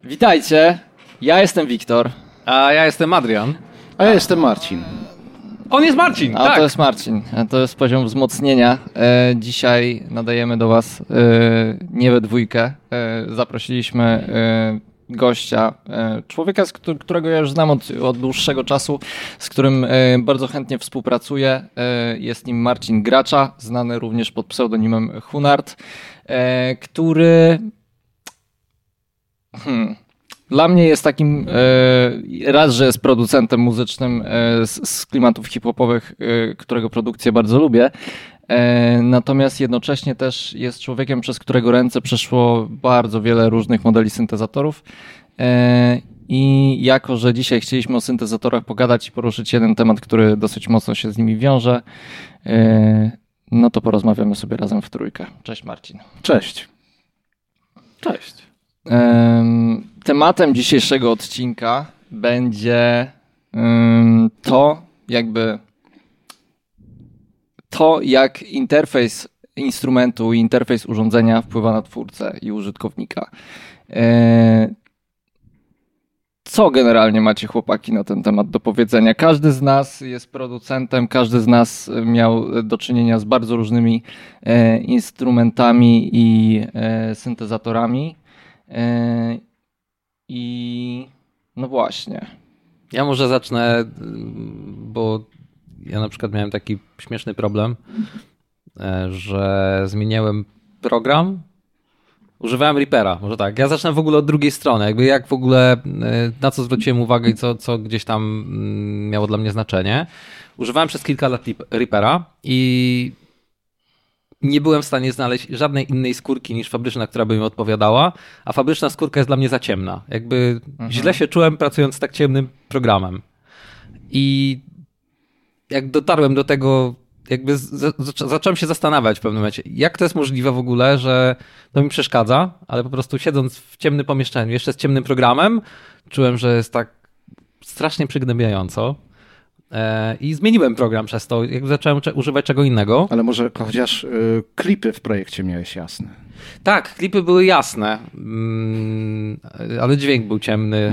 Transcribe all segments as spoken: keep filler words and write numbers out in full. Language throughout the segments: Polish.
Witajcie, ja jestem Wiktor. A ja jestem Adrian. A ja jestem Marcin. On jest Marcin, A tak. to jest Marcin, a to jest poziom wzmocnienia. E, dzisiaj nadajemy do was e, nie we dwójkę. E, zaprosiliśmy e, gościa, e, człowieka, z którego ja już znam od, od dłuższego czasu, z którym e, bardzo chętnie współpracuję. E, jest nim Marcin Gracza, znany również pod pseudonimem Hunart, e, który... Hmm. Dla mnie jest takim, e, raz, że jest producentem muzycznym e, z, z klimatów hip-hopowych, e, którego produkcję bardzo lubię, e, natomiast jednocześnie też jest człowiekiem, przez którego ręce przeszło bardzo wiele różnych modeli syntezatorów e, i jako, że dzisiaj chcieliśmy o syntezatorach pogadać i poruszyć jeden temat, który dosyć mocno się z nimi wiąże, e, no to porozmawiamy sobie razem w trójkę. Cześć Marcin. Cześć. Cześć. Tematem dzisiejszego odcinka będzie to, jakby to, jak interfejs instrumentu i interfejs urządzenia wpływa na twórcę i użytkownika. Co generalnie macie, chłopaki, na ten temat do powiedzenia? Każdy z nas jest producentem, każdy z nas miał do czynienia z bardzo różnymi instrumentami i syntezatorami. I no właśnie. Ja może zacznę, bo ja na przykład miałem taki śmieszny problem, że zmieniałem program, używałem Reapera, może tak. Ja zacznę w ogóle od drugiej strony, jakby jak w ogóle, na co zwróciłem uwagę i co, co gdzieś tam miało dla mnie znaczenie. Używałem przez kilka lat Reapera i nie byłem w stanie znaleźć żadnej innej skórki niż fabryczna, która by mi odpowiadała, a fabryczna skórka jest dla mnie za ciemna. Jakby mhm. źle się czułem, pracując z tak ciemnym programem. I jak dotarłem do tego, jakby z, zacząłem się zastanawiać w pewnym momencie, jak to jest możliwe w ogóle, że to mi przeszkadza, ale po prostu siedząc w ciemnym pomieszczeniu, jeszcze z ciemnym programem, czułem, że jest tak strasznie przygnębiająco. I zmieniłem program przez to, jak zacząłem używać czego innego. Ale może chociaż y, klipy w projekcie miałeś jasne. Tak, klipy były jasne, mm, ale dźwięk był ciemny.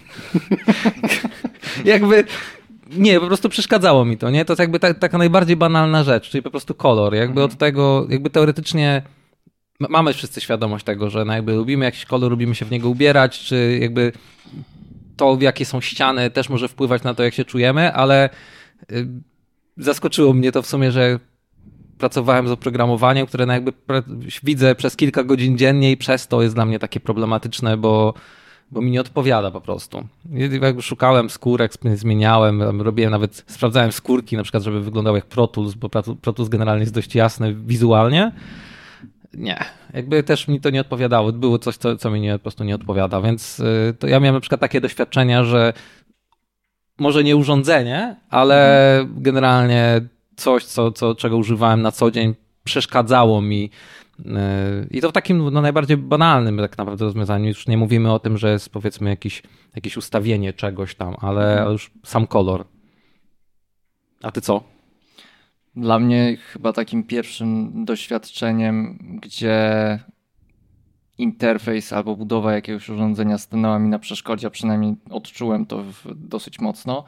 Jakby, nie, po prostu przeszkadzało mi to, nie? To jest jakby ta, taka najbardziej banalna rzecz, czyli po prostu kolor. Jakby mhm. od tego, jakby teoretycznie mamy wszyscy świadomość tego, że no jakby lubimy jakiś kolor, lubimy się w niego ubierać, czy jakby to, w jakie są ściany, też może wpływać na to, jak się czujemy, ale zaskoczyło mnie to w sumie, że pracowałem z oprogramowaniem, które no jakby widzę przez kilka godzin dziennie i przez to jest dla mnie takie problematyczne, bo, bo mi nie odpowiada po prostu. Jakby szukałem skórek, zmieniałem, robiłem nawet, sprawdzałem skórki, na przykład, żeby wyglądały jak Pro Tools, bo Pro Tools generalnie jest dość jasny wizualnie. Nie, jakby też mi to nie odpowiadało. Było coś, co, co mi nie, po prostu nie odpowiada, więc y, to ja miałem na przykład takie doświadczenia, że może nie urządzenie, ale mhm. generalnie coś, co, co, czego używałem na co dzień, przeszkadzało mi y, i to w takim no, najbardziej banalnym tak naprawdę rozwiązaniu. Już nie mówimy o tym, że jest powiedzmy jakiś, jakieś ustawienie czegoś tam, ale mhm. już sam kolor. A ty co? Dla mnie chyba takim pierwszym doświadczeniem, gdzie interfejs albo budowa jakiegoś urządzenia stanęła mi na przeszkodzie, a przynajmniej odczułem to dosyć mocno,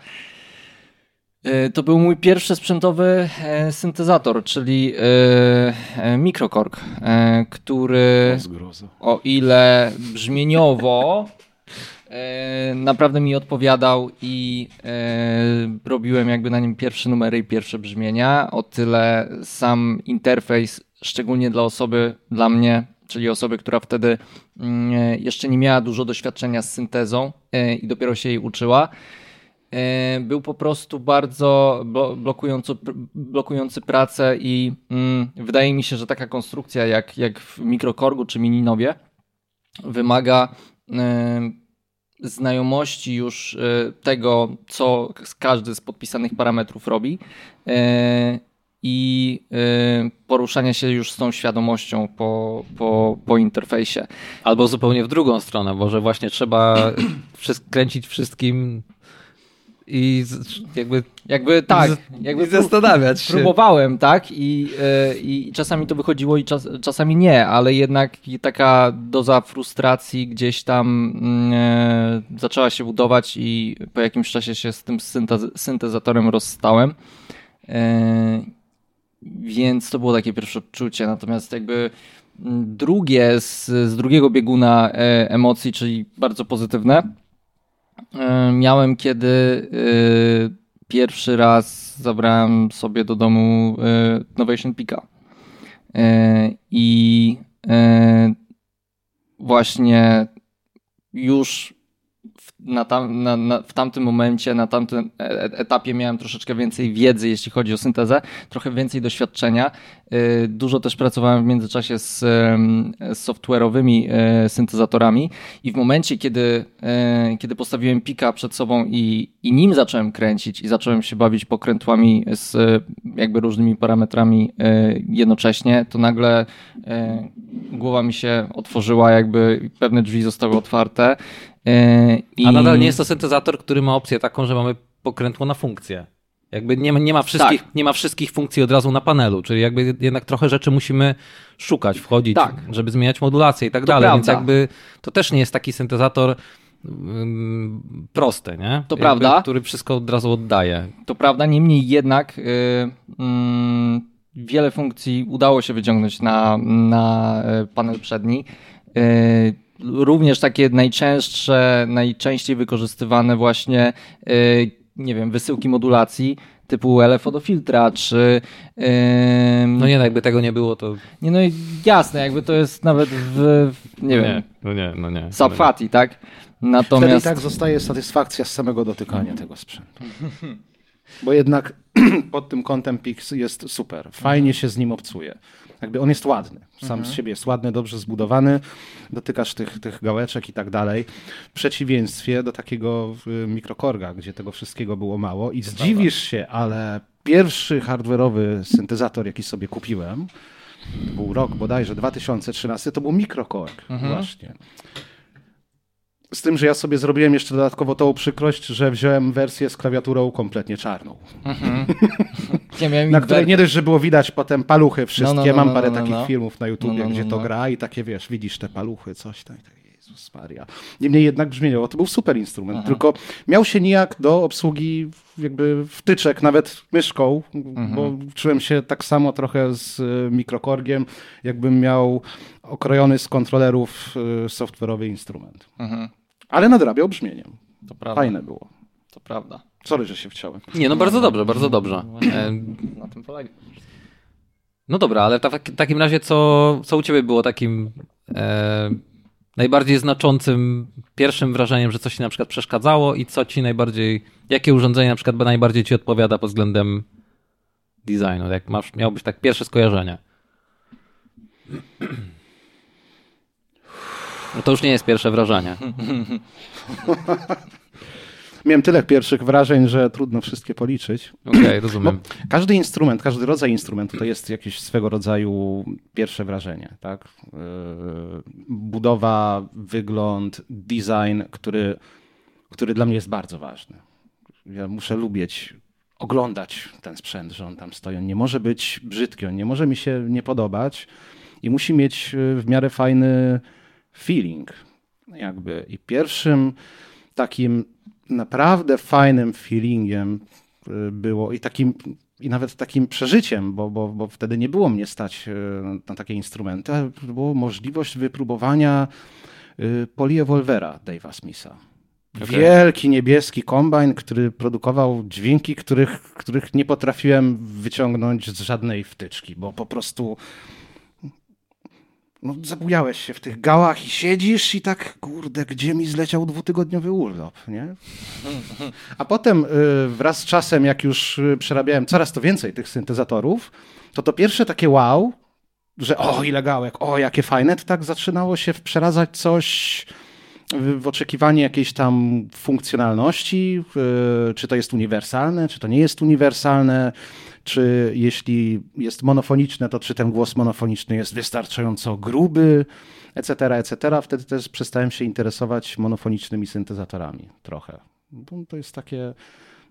to był mój pierwszy sprzętowy syntezator, czyli Microkorg, który o ile brzmieniowo naprawdę mi odpowiadał i e, robiłem jakby na nim pierwsze numery i pierwsze brzmienia. O tyle sam interfejs, szczególnie dla osoby, dla mnie, czyli osoby, która wtedy mm, jeszcze nie miała dużo doświadczenia z syntezą e, i dopiero się jej uczyła, e, był po prostu bardzo blokujący, blokujący pracę i mm, wydaje mi się, że taka konstrukcja jak, jak w Microkorgu czy Mininowie wymaga e, znajomości już tego, co każdy z podpisanych parametrów robi i poruszania się już z tą świadomością po, po, po interfejsie. Albo zupełnie w drugą stronę, bo że właśnie trzeba kręcić wszystkim i z, jakby... Jakby tak, z, jakby i zastanawiać się. Próbowałem, tak, i, yy, i czasami to wychodziło i czas, czasami nie, ale jednak taka doza frustracji gdzieś tam yy, zaczęła się budować i po jakimś czasie się z tym syntez- syntezatorem rozstałem. Yy, więc to było takie pierwsze odczucie, natomiast jakby drugie z, z drugiego bieguna e, emocji, czyli bardzo pozytywne, e, miałem kiedy e, pierwszy raz zabrałem sobie do domu e, Novation Pika e, i e, właśnie już w, na tam, na, na, w tamtym momencie, na tamtym etapie miałem troszeczkę więcej wiedzy, jeśli chodzi o syntezę, trochę więcej doświadczenia. Dużo też pracowałem w międzyczasie z, z software'owymi syntezatorami i w momencie, kiedy, kiedy postawiłem Pika przed sobą i, i nim zacząłem kręcić i zacząłem się bawić pokrętłami z jakby różnymi parametrami jednocześnie, to nagle głowa mi się otworzyła, jakby pewne drzwi zostały otwarte. I... A nadal nie jest to syntezator, który ma opcję taką, że mamy pokrętło na funkcję. Jakby nie ma, nie ma, wszystkich, tak. nie ma wszystkich funkcji od razu na panelu, czyli jakby jednak trochę rzeczy musimy szukać, wchodzić, tak. żeby zmieniać modulację i tak to dalej, prawda. Więc jakby to też nie jest taki syntezator um, prosty, nie? To jakby, prawda. Który wszystko od razu oddaje. To prawda, niemniej jednak yy, yy, wiele funkcji udało się wyciągnąć na, na panel przedni. Yy, Również takie najczęstsze, najczęściej wykorzystywane właśnie, yy, nie wiem, wysyłki modulacji typu L F O do filtra, czy... Yy, no nie, no jakby tego nie było, to... Nie, no jasne, jakby to jest nawet w, w nie no wiem... Nie, no nie, no nie. Subfati, tak? Natomiast... Wtedy i tak zostaje satysfakcja z samego dotykania tego sprzętu. Bo jednak pod tym kątem Pix jest super. Fajnie się z nim obcuje. Jakby on jest ładny. Sam mhm. z siebie jest ładny, dobrze zbudowany. Dotykasz tych, tych gałeczek i tak dalej. W przeciwieństwie do takiego mikrokorga, gdzie tego wszystkiego było mało. I zdziwisz się, ale pierwszy hardware'owy syntezator, jaki sobie kupiłem, to był rok bodajże dwa tysiące trzynasty, to był mikrokorg mhm. właśnie. Z tym, że ja sobie zrobiłem jeszcze dodatkowo tą przykrość, że wziąłem wersję z klawiaturą kompletnie czarną. Mhm. Ja na której nie dość, że było widać potem paluchy wszystkie. No, no, no, Mam parę no, no, takich no. filmów na YouTubie, no, no, gdzie to no. gra i takie, wiesz, widzisz te paluchy, coś tam. Jezus Maria. Niemniej jednak brzmieniowo to był super instrument, Aha. tylko miał się nijak do obsługi jakby wtyczek, nawet myszką, mhm. bo czułem się tak samo trochę z mikrokorgiem, jakbym miał okrojony z kontrolerów software'owy instrument. Mhm. Ale nadrabiał brzmieniem. To prawda. Fajne było. To prawda. Sorry, że się wciąłem. Nie, no bardzo dobrze, bardzo dobrze. Na tym polega. No dobra, ale w ta, takim razie co, co u ciebie było takim e, najbardziej znaczącym pierwszym wrażeniem, że coś ci na przykład przeszkadzało i co ci najbardziej, jakie urządzenie na przykład najbardziej ci odpowiada pod względem designu? Jak masz, miałbyś tak pierwsze skojarzenie? No to już nie jest pierwsze wrażenie. Miałem tyle pierwszych wrażeń, że trudno wszystkie policzyć. Okej, okay, rozumiem. Bo każdy instrument, każdy rodzaj instrumentu to jest jakieś swego rodzaju pierwsze wrażenie. Tak? Budowa, wygląd, design, który, który dla mnie jest bardzo ważny. Ja muszę lubić oglądać ten sprzęt, że on tam stoi. On nie może być brzydki, on nie może mi się nie podobać i musi mieć w miarę fajny feeling. Jakby. I pierwszym takim naprawdę fajnym feelingiem było i takim i nawet takim przeżyciem, bo, bo, bo wtedy nie było mnie stać na takie instrumenty, ale było możliwość wypróbowania Polyewolvera Dave'a Smitha. Okay. Wielki niebieski kombajn, który produkował dźwięki, których, których nie potrafiłem wyciągnąć z żadnej wtyczki, bo po prostu no, zabujałeś się w tych gałach i siedzisz i tak, kurde, gdzie mi zleciał dwutygodniowy urlop, nie? A potem wraz z czasem, jak już przerabiałem coraz to więcej tych syntezatorów, to to pierwsze takie wow, że o, ile gałek, o, jakie fajne, to tak zaczynało się przeradzać coś w oczekiwanie jakiejś tam funkcjonalności, czy to jest uniwersalne, czy to nie jest uniwersalne, czy jeśli jest monofoniczne, to czy ten głos monofoniczny jest wystarczająco gruby, et cetera, et cetera. Wtedy też przestałem się interesować monofonicznymi syntezatorami trochę. Bo to jest takie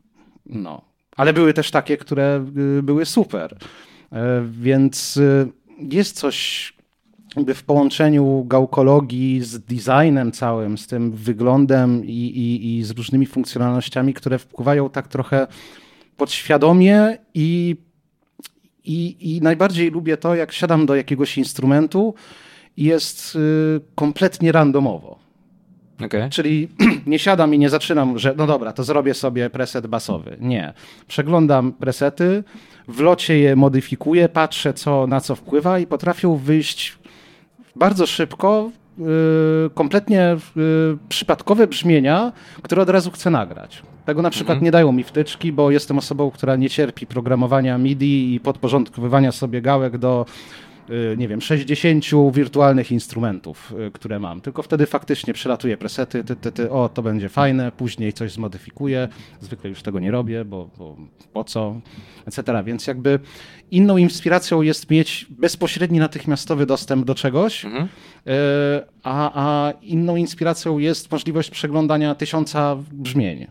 No. Ale były też takie, które były super. Więc jest coś jakby w połączeniu gałkologii z designem całym, z tym wyglądem i, i, i z różnymi funkcjonalnościami, które wpływają tak trochę podświadomie i, i, i najbardziej lubię to, jak siadam do jakiegoś instrumentu i jest kompletnie randomowo. Okay. Czyli nie siadam i nie zaczynam, że no dobra, to zrobię sobie preset basowy. Nie. Przeglądam presety, w locie je modyfikuję, patrzę co, na co wpływa i potrafią wyjść bardzo szybko yy, kompletnie yy, przypadkowe brzmienia, które od razu chcę nagrać. Tego na przykład mhm. nie dają mi wtyczki, bo jestem osobą, która nie cierpi programowania M I D I i podporządkowywania sobie gałek do nie wiem, sześćdziesięciu wirtualnych instrumentów, które mam. Tylko wtedy faktycznie przelatuję presety, ty, ty, ty, o, to będzie fajne, później coś zmodyfikuję. Zwykle już tego nie robię, bo, bo po co, et cetera. Więc jakby inną inspiracją jest mieć bezpośredni, natychmiastowy dostęp do czegoś, mhm. a, a inną inspiracją jest możliwość przeglądania tysiąca brzmień.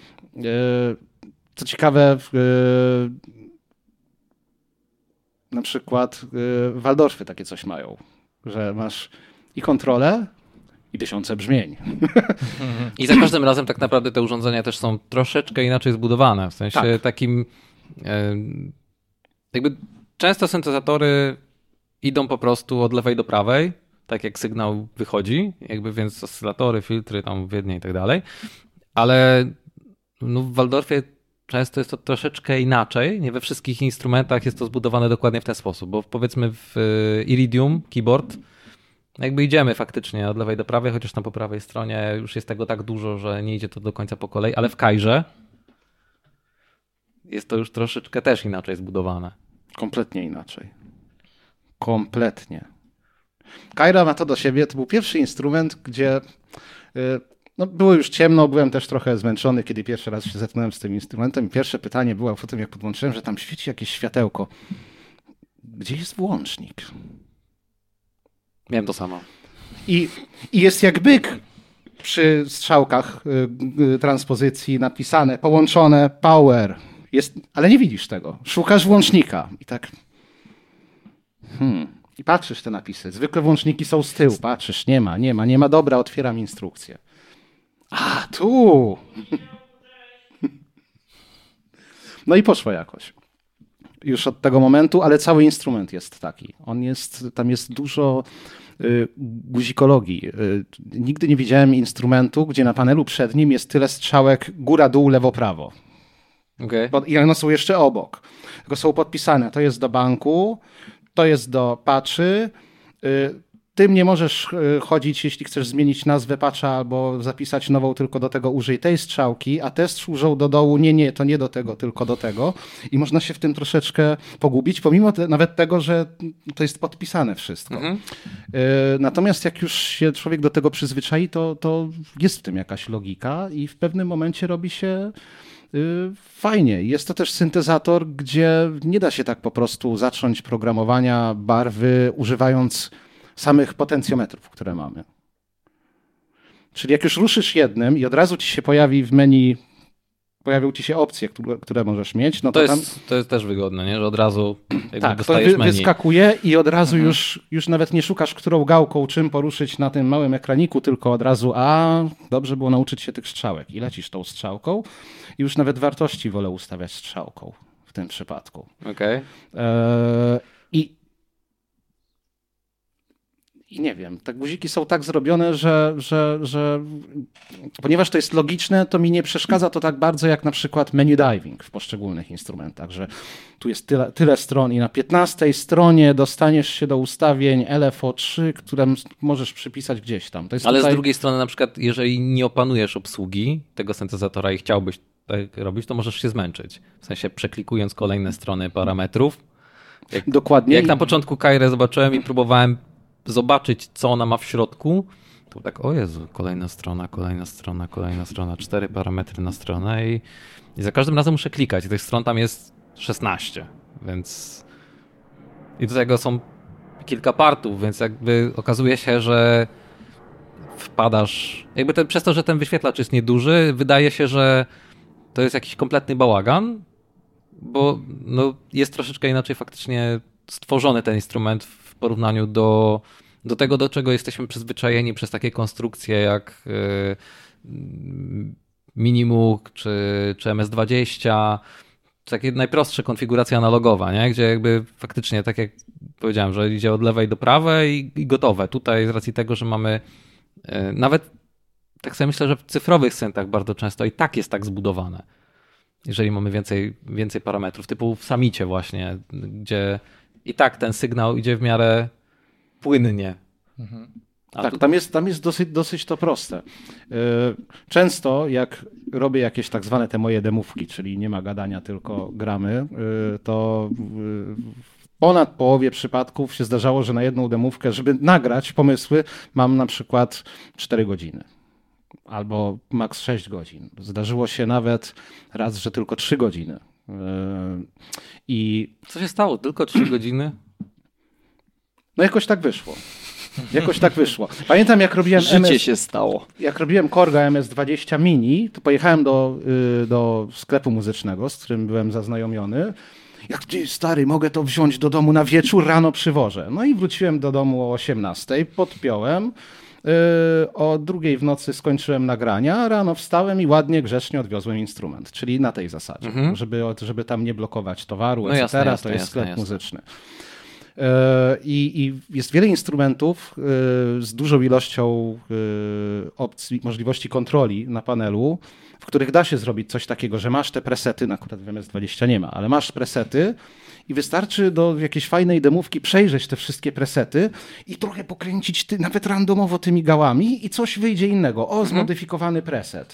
Co ciekawe, na przykład y, Waldorfy takie coś mają, że masz i kontrolę, i tysiące brzmień. I za każdym razem tak naprawdę te urządzenia też są troszeczkę inaczej zbudowane. W sensie tak. takim y, jakby często syntezatory idą po prostu od lewej do prawej, tak jak sygnał wychodzi, jakby więc oscylatory, filtry tam odpowiednie i tak dalej, ale no, w Waldorfie często jest to troszeczkę inaczej. Nie we wszystkich instrumentach jest to zbudowane dokładnie w ten sposób, bo powiedzmy w Iridium keyboard jakby idziemy faktycznie od lewej do prawej, chociaż tam po prawej stronie już jest tego tak dużo, że nie idzie to do końca po kolei, ale w Kairze jest to już troszeczkę też inaczej zbudowane. Kompletnie inaczej. Kompletnie. Kaira ma to do siebie. To był pierwszy instrument, gdzie yy, no, było już ciemno, byłem też trochę zmęczony, kiedy pierwszy raz się zetknąłem z tym instrumentem. I pierwsze pytanie było po tym, jak podłączyłem, że tam świeci jakieś światełko. Gdzie jest włącznik? Miałem to samo. I, i jest jak byk przy strzałkach y, y, transpozycji napisane, połączone, power. Jest, ale nie widzisz tego. Szukasz włącznika. I tak... Hmm. I patrzysz te napisy. Zwykle włączniki są z tyłu. Patrzysz, nie ma, nie ma, nie ma. Dobra, otwieram instrukcję. A, tu! No i poszło jakoś. Już od tego momentu, ale cały instrument jest taki. On jest, tam jest dużo y, guzikologii. Y, nigdy nie widziałem instrumentu, gdzie na panelu przed nim jest tyle strzałek góra, dół, lewo, prawo. Okay. I one są jeszcze obok. Tylko są podpisane. To jest do banku, to jest do patchy. Y, Tym nie możesz chodzić, jeśli chcesz zmienić nazwę patcha albo zapisać nową, tylko do tego użyj tej strzałki, a te służą do dołu, nie, nie, to nie do tego, tylko do tego. I można się w tym troszeczkę pogubić, pomimo te, nawet tego, że to jest podpisane wszystko. Mhm. Natomiast jak już się człowiek do tego przyzwyczai, to, to jest w tym jakaś logika i w pewnym momencie robi się fajnie. Jest to też syntezator, gdzie nie da się tak po prostu zacząć programowania barwy, używając samych potencjometrów, które mamy. Czyli jak już ruszysz jednym i od razu ci się pojawi w menu, pojawią ci się opcje, które, które możesz mieć, no to, to, tam... jest, to jest też wygodne, nie? Że od razu tak, dostajesz to wy, wyskakuje i od razu mhm. już, już nawet nie szukasz, którą gałką, czym poruszyć na tym małym ekraniku, tylko od razu, a dobrze było nauczyć się tych strzałek i lecisz tą strzałką i już nawet wartości wolę ustawiać strzałką w tym przypadku. Okej. Okay. E- I I nie wiem, te guziki są tak zrobione, że, że, że ponieważ to jest logiczne, to mi nie przeszkadza to tak bardzo jak na przykład menu diving w poszczególnych instrumentach, że tu jest tyle, tyle stron i na piętnastej stronie dostaniesz się do ustawień L F O trzy, które możesz przypisać gdzieś tam. To jest Ale tutaj... z drugiej strony na przykład, jeżeli nie opanujesz obsługi tego syntezatora i chciałbyś tak robić, to możesz się zmęczyć. W sensie przeklikując kolejne strony parametrów. Jak, Dokładnie. Jak na początku Kairę zobaczyłem i próbowałem zobaczyć, co ona ma w środku, to tak, o Jezu, kolejna strona, kolejna strona, kolejna strona, cztery parametry na stronę i, i za każdym razem muszę klikać. I tych stron tam jest szesnaście, więc i do tego są kilka partów, więc jakby okazuje się, że wpadasz, jakby ten, przez to, że ten wyświetlacz jest nieduży, wydaje się, że to to jest jakiś kompletny bałagan, bo no, jest troszeczkę inaczej faktycznie stworzony ten instrument w porównaniu do, do tego, do czego jesteśmy przyzwyczajeni przez takie konstrukcje jak yy, Minimoog czy, czy M S dwadzieścia, takie najprostsze konfiguracje analogowa, nie? Gdzie jakby faktycznie, tak jak powiedziałem, że idzie od lewej do prawej i, i gotowe. Tutaj z racji tego, że mamy yy, nawet, tak sobie myślę, że w cyfrowych syntach bardzo często i tak jest tak zbudowane. Jeżeli mamy więcej, więcej parametrów, typu w Samicie właśnie, gdzie i tak ten sygnał idzie w miarę płynnie. Mhm. Tak, tu... tam jest, tam jest dosyć, dosyć to proste. Często jak robię jakieś tak zwane te moje demówki, czyli nie ma gadania, tylko gramy, to w ponad połowie przypadków się zdarzało, że na jedną demówkę, żeby nagrać pomysły, mam na przykład cztery godziny. Albo maks sześć godzin. Zdarzyło się nawet raz, że tylko trzy godziny. I co się stało? Tylko trzy godziny? No jakoś tak wyszło. Jakoś tak wyszło. Pamiętam, jak robiłem Życie M S, się stało. Jak robiłem Korga M S dwadzieścia Mini, to pojechałem do, do sklepu muzycznego, z którym byłem zaznajomiony. Jak ty, stary, mogę to wziąć do domu na wieczór, rano przywożę. No i wróciłem do domu o osiemnastej, podpiąłem. O drugiej w nocy skończyłem nagrania, rano wstałem i ładnie, grzecznie odwiozłem instrument. Czyli na tej zasadzie, mhm. żeby, żeby tam nie blokować towaru, no et cetera. Jasne, jasne, to jest jasne, sklep jasne. muzyczny. I, I jest wiele instrumentów z dużą ilością opcji, możliwości kontroli na panelu, w których da się zrobić coś takiego, że masz te presety, no akurat w M S dwadzieścia nie ma, ale masz presety i wystarczy do jakiejś fajnej demówki przejrzeć te wszystkie presety i trochę pokręcić ty, nawet randomowo tymi gałami i coś wyjdzie innego. O, zmodyfikowany preset.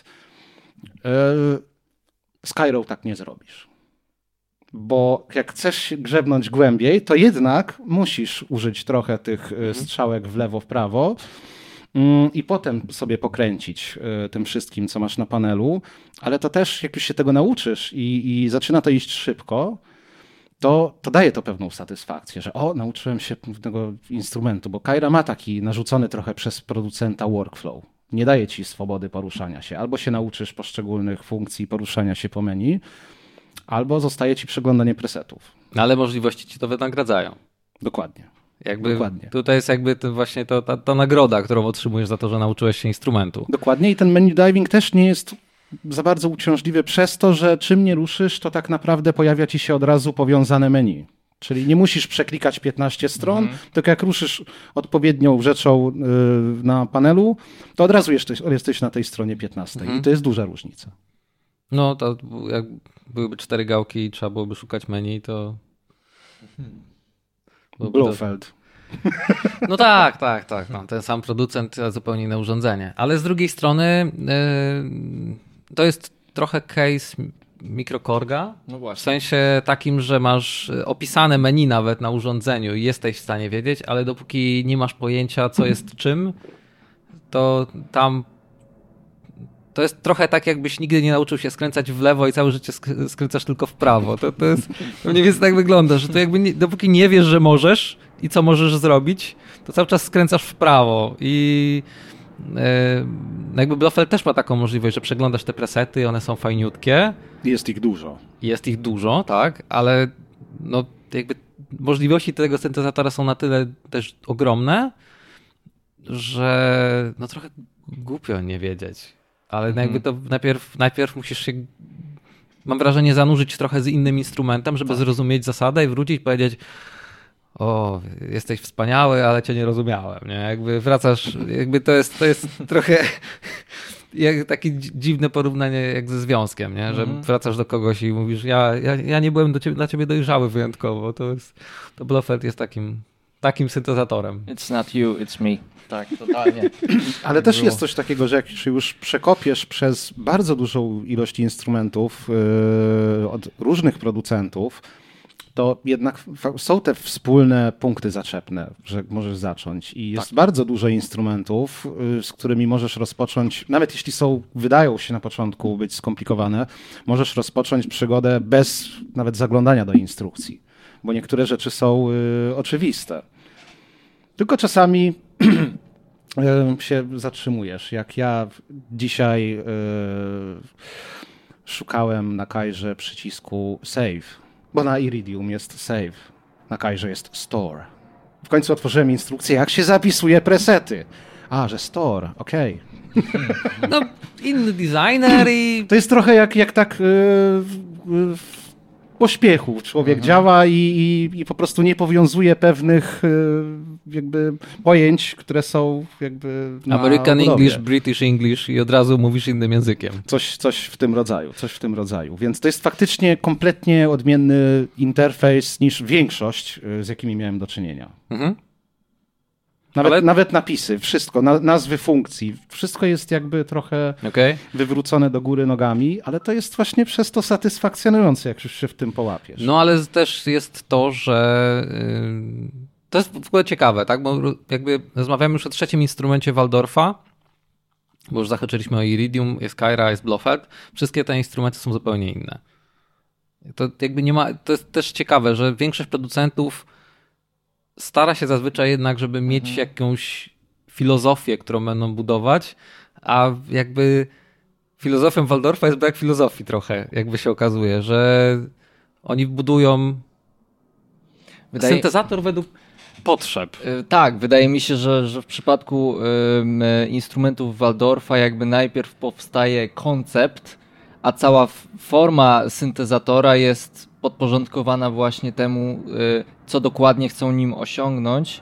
Z Cairo tak nie zrobisz. Bo jak chcesz się grzebnąć głębiej, to jednak musisz użyć trochę tych strzałek w lewo, w prawo i potem sobie pokręcić tym wszystkim, co masz na panelu. Ale to też, jak już się tego nauczysz i, i zaczyna to iść szybko, to, to daje to pewną satysfakcję, że o, nauczyłem się tego instrumentu, bo Cairo ma taki narzucony trochę przez producenta workflow. Nie daje ci swobody poruszania się. Albo się nauczysz poszczególnych funkcji poruszania się po menu, albo zostaje ci przeglądanie presetów. No ale możliwości ci to wynagradzają. Dokładnie. Jakby Dokładnie. Tutaj jest jakby to właśnie to, ta, ta nagroda, którą otrzymujesz za to, że nauczyłeś się instrumentu. Dokładnie i ten menu diving też nie jest za bardzo uciążliwy przez to, że czym nie ruszysz, to tak naprawdę pojawia ci się od razu powiązane menu. Czyli nie musisz przeklikać piętnaście stron, mhm. tylko jak ruszysz odpowiednią rzeczą yy, na panelu, to od razu jesteś, jesteś na tej stronie piętnastej. Mhm. I to jest duża różnica. No to jak byłyby cztery gałki i trzeba byłoby szukać menu, to... Blofeld. No tak, tak, tak. No, ten sam producent, a zupełnie inne urządzenie. Ale z drugiej strony yy, to jest trochę case mikrokorga. No właśnie. W sensie takim, że masz opisane menu nawet na urządzeniu i jesteś w stanie wiedzieć, ale dopóki nie masz pojęcia, co jest czym, to tam to jest trochę tak, jakbyś nigdy nie nauczył się skręcać w lewo i całe życie sk- skręcasz tylko w prawo. To, to jest, to mniej więcej tak wygląda, że to jakby nie, dopóki nie wiesz, że możesz i co możesz zrobić, to cały czas skręcasz w prawo i yy, jakby Blofeld też ma taką możliwość, że przeglądasz te presety, one są fajniutkie. Jest ich dużo. Jest ich dużo, tak, ale no jakby możliwości tego syntezatora są na tyle też ogromne, że no trochę głupio nie wiedzieć. Ale mhm. jakby to najpierw, najpierw musisz się, mam wrażenie, zanurzyć trochę z innym instrumentem, żeby tak. zrozumieć zasadę i wrócić i powiedzieć: o, jesteś wspaniały, ale cię nie rozumiałem. Nie? Jakby wracasz, jakby to jest, to jest trochę jak takie dziwne porównanie jak ze związkiem, nie? Że mhm. wracasz do kogoś i mówisz: ja, ja, ja nie byłem do ciebie, dla ciebie dojrzały wyjątkowo. To jest, to Blofeld jest takim, takim syntezatorem. It's not you, it's me. Tak, totalnie. Ale też jest coś takiego, że jak już przekopiesz przez bardzo dużą ilość instrumentów yy, od różnych producentów, to jednak są te wspólne punkty zaczepne, że możesz zacząć. I jest tak. bardzo dużo instrumentów, yy, z którymi możesz rozpocząć, nawet jeśli są, wydają się na początku być skomplikowane, możesz rozpocząć przygodę bez nawet zaglądania do instrukcji, bo niektóre rzeczy są yy, oczywiste. Tylko czasami się zatrzymujesz. Jak ja dzisiaj szukałem na Kairze przycisku save, bo na Iridium jest save, na Kairze jest store. W końcu otworzyłem instrukcję, jak się zapisuje presety. A, że store, okej. Okay. No, inny designer i... To jest trochę jak, jak tak yy, yy, w pośpiechu człowiek mhm. działa i, i, i po prostu nie powiązuje pewnych yy, jakby pojęć, które są jakby na American budowie. English, British English i od razu mówisz innym językiem. Coś, coś w tym rodzaju, coś w tym rodzaju. Więc to jest faktycznie kompletnie odmienny interfejs niż większość, yy, z jakimi miałem do czynienia. Mhm. Nawet, Ale... nawet napisy, wszystko, na, nazwy funkcji, wszystko jest jakby trochę okay. wywrócone do góry nogami, ale to jest właśnie przez to satysfakcjonujące, jak już się w tym połapiesz. No ale też jest to, że yy, to jest w ogóle ciekawe, tak? Bo jakby rozmawiamy już o trzecim instrumencie Waldorfa, bo już zahaczyliśmy o Iridium, jest Kaira, jest Blofeld. Wszystkie te instrumenty są zupełnie inne. To jakby nie ma, to jest też ciekawe, że większość producentów stara się zazwyczaj jednak, żeby mieć mhm. jakąś filozofię, którą będą budować, a jakby filozofią Waldorfa jest brak filozofii trochę, jakby się okazuje, że oni budują wydaje... syntezator według potrzeb. Yy, tak, wydaje mi się, że, że w przypadku yy, instrumentów Waldorfa jakby najpierw powstaje koncept, a cała forma syntezatora jest podporządkowana właśnie temu, co dokładnie chcą nim osiągnąć,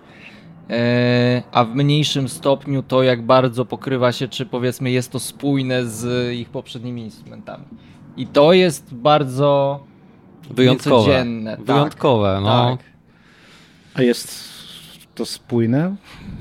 a w mniejszym stopniu to, jak bardzo pokrywa się, czy powiedzmy jest to spójne z ich poprzednimi instrumentami. I to jest bardzo wyjątkowe. Niecodzienne. Wyjątkowe, tak, no. Tak. A jest to spójne?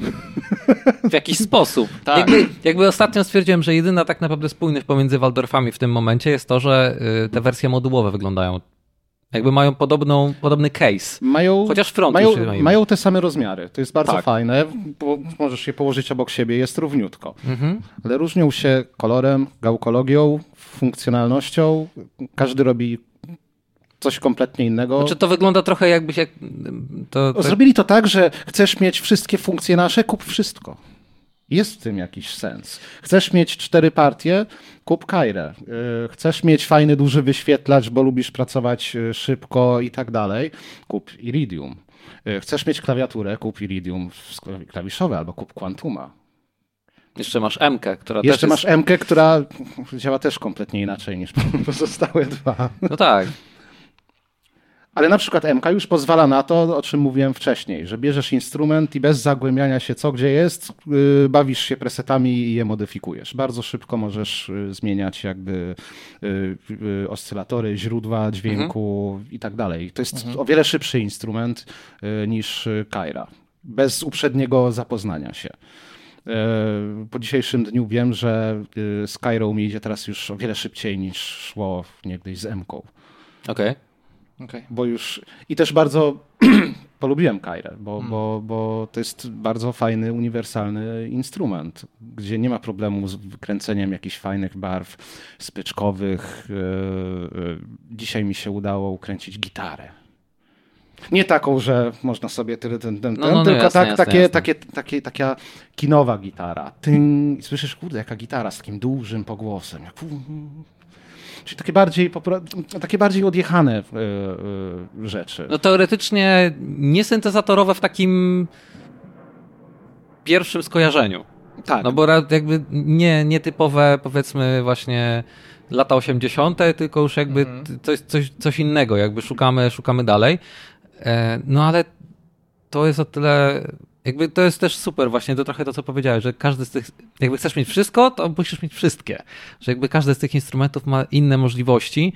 W jakiś sposób. Tak. Jakby, jakby ostatnio stwierdziłem, że jedyna tak naprawdę spójność pomiędzy Waldorfami w tym momencie jest to, że te wersje modułowe wyglądają jakby mają podobną, podobny case. Mają, Chociaż front mają, już mają. mają te same rozmiary. To jest bardzo tak. fajne, bo możesz je położyć obok siebie, jest równiutko. Mhm. Ale różnią się kolorem, gałkologią, funkcjonalnością. Każdy robi coś kompletnie innego. Znaczy to wygląda trochę jakby się... To, to... Zrobili to tak, że chcesz mieć wszystkie funkcje nasze, kup wszystko. Jest w tym jakiś sens. Chcesz mieć cztery partie, kup Kairę. Chcesz mieć fajny, duży wyświetlacz, bo lubisz pracować szybko i tak dalej, kup Iridium. Chcesz mieć klawiaturę, kup Iridium klawiszowe albo kup Quantuma. Jeszcze masz M-kę, która Jeszcze też masz jest... M-kę, która działa też kompletnie inaczej niż pozostałe dwa. No tak. Ale na przykład M K już pozwala na to, o czym mówiłem wcześniej, że bierzesz instrument i bez zagłębiania się co gdzie jest, yy, bawisz się presetami i je modyfikujesz. Bardzo szybko możesz yy, zmieniać jakby yy, yy, oscylatory, źródła dźwięku mhm. i tak dalej. To jest mhm. o wiele szybszy instrument yy, niż Kaira. Bez uprzedniego zapoznania się. Yy, po dzisiejszym dniu wiem, że yy, z Kairą mi idzie teraz już o wiele szybciej niż szło niegdyś z M-ką. Okej. Okay. Okay. Bo już i też bardzo polubiłem Kairę, bo, hmm. bo, bo to jest bardzo fajny, uniwersalny instrument, gdzie nie ma problemu z wykręceniem jakichś fajnych barw smyczkowych. Dzisiaj mi się udało ukręcić gitarę. Nie taką, że można sobie tyle ten, ten, ten, no, no, tylko no, jasne, tak, jasne, takie, jasne. Takie, takie, taka kinowa gitara. Tyń, i słyszysz, kurde, jaka gitara z takim dużym pogłosem. Czyli takie bardziej, takie bardziej odjechane yy, rzeczy. No teoretycznie niesyntezatorowe w takim pierwszym skojarzeniu. Tak. No bo jakby nie, nietypowe, powiedzmy właśnie lata osiemdziesiąte, tylko już jakby mhm. coś, coś, coś innego, jakby szukamy, szukamy dalej. No ale to jest o tyle... Jakby to jest też super właśnie, to trochę to, co powiedziałeś, że każdy z tych, jakby chcesz mieć wszystko, to musisz mieć wszystkie. Że jakby każdy z tych instrumentów ma inne możliwości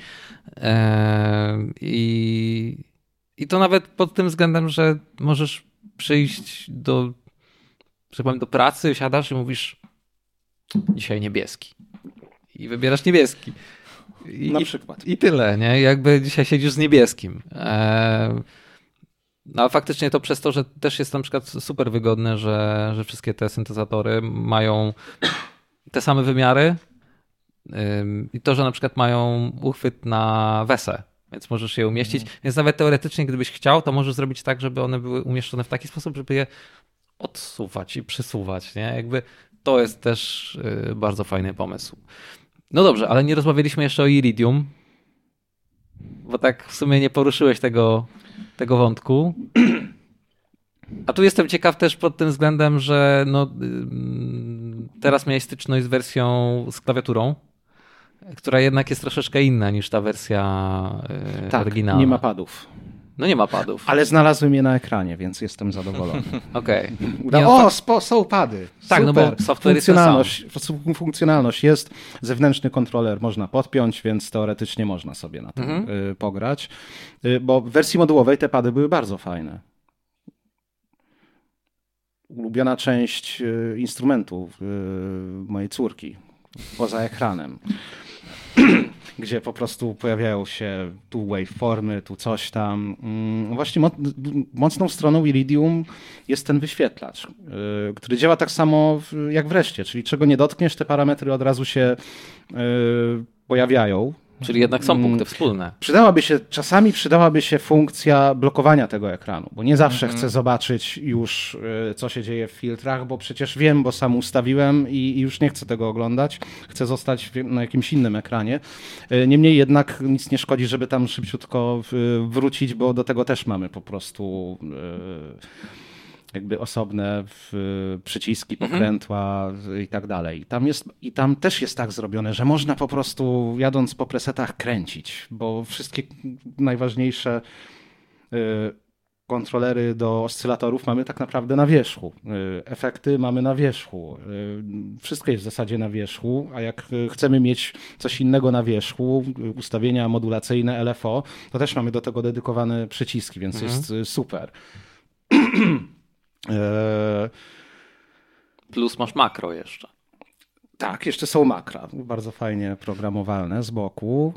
eee, i, i to nawet pod tym względem, że możesz przyjść do, że powiem, do pracy, siadasz i mówisz dzisiaj niebieski i wybierasz niebieski. I, Na przykład. I, i tyle, nie? Jakby dzisiaj siedzisz z niebieskim. Eee, No a faktycznie to przez to, że też jest na przykład super wygodne, że, że wszystkie te syntezatory mają te same wymiary ym, i to, że na przykład mają uchwyt na wesę, więc możesz je umieścić. Mm. Więc nawet teoretycznie, gdybyś chciał, to możesz zrobić tak, żeby one były umieszczone w taki sposób, żeby je odsuwać i przesuwać. Nie? Jakby to jest też yy, bardzo fajny pomysł. No dobrze, ale nie rozmawialiśmy jeszcze o Iridium, bo tak w sumie nie poruszyłeś tego, tego wątku. A tu jestem ciekaw też pod tym względem, że no, teraz miałeś styczność z wersją z klawiaturą, która jednak jest troszeczkę inna niż ta wersja tak, oryginalna. Nie ma padów. No nie ma padów. Ale znalazłem je na ekranie, więc jestem zadowolony. Okej. Okay. O, spo, są pady. Tak, super. No bo software funkcjonalność, jest funkcjonalność jest, zewnętrzny kontroler można podpiąć, więc teoretycznie można sobie na tym mhm. y, pograć. Y, bo w wersji modułowej te pady były bardzo fajne. Ulubiona część y, instrumentu y, mojej córki poza ekranem. Gdzie po prostu pojawiają się tu waveformy, tu coś tam. Właśnie mo mocną stroną Iridium jest ten wyświetlacz, yy, który działa tak samo w, jak w reszcie, czyli czego nie dotkniesz, te parametry od razu się yy, pojawiają. Czyli jednak są punkty wspólne. Przydałaby się, czasami przydałaby się funkcja blokowania tego ekranu, bo nie zawsze mm-hmm. chcę zobaczyć już, co się dzieje w filtrach, bo przecież wiem, bo sam ustawiłem i, i już nie chcę tego oglądać. Chcę zostać na jakimś innym ekranie. Niemniej jednak nic nie szkodzi, żeby tam szybciutko wrócić, bo do tego też mamy po prostu jakby osobne przyciski, pokrętła mhm. i tak dalej. Tam jest, i tam też jest tak zrobione, że można po prostu jadąc po presetach kręcić, bo wszystkie najważniejsze y, kontrolery do oscylatorów mamy tak naprawdę na wierzchu. Y, efekty mamy na wierzchu. Y, wszystko jest w zasadzie na wierzchu, a jak chcemy mieć coś innego na wierzchu, ustawienia modulacyjne L F O, to też mamy do tego dedykowane przyciski, więc mhm. jest super. Plus masz makro jeszcze. Tak, jeszcze są makra, bardzo fajnie programowalne z boku.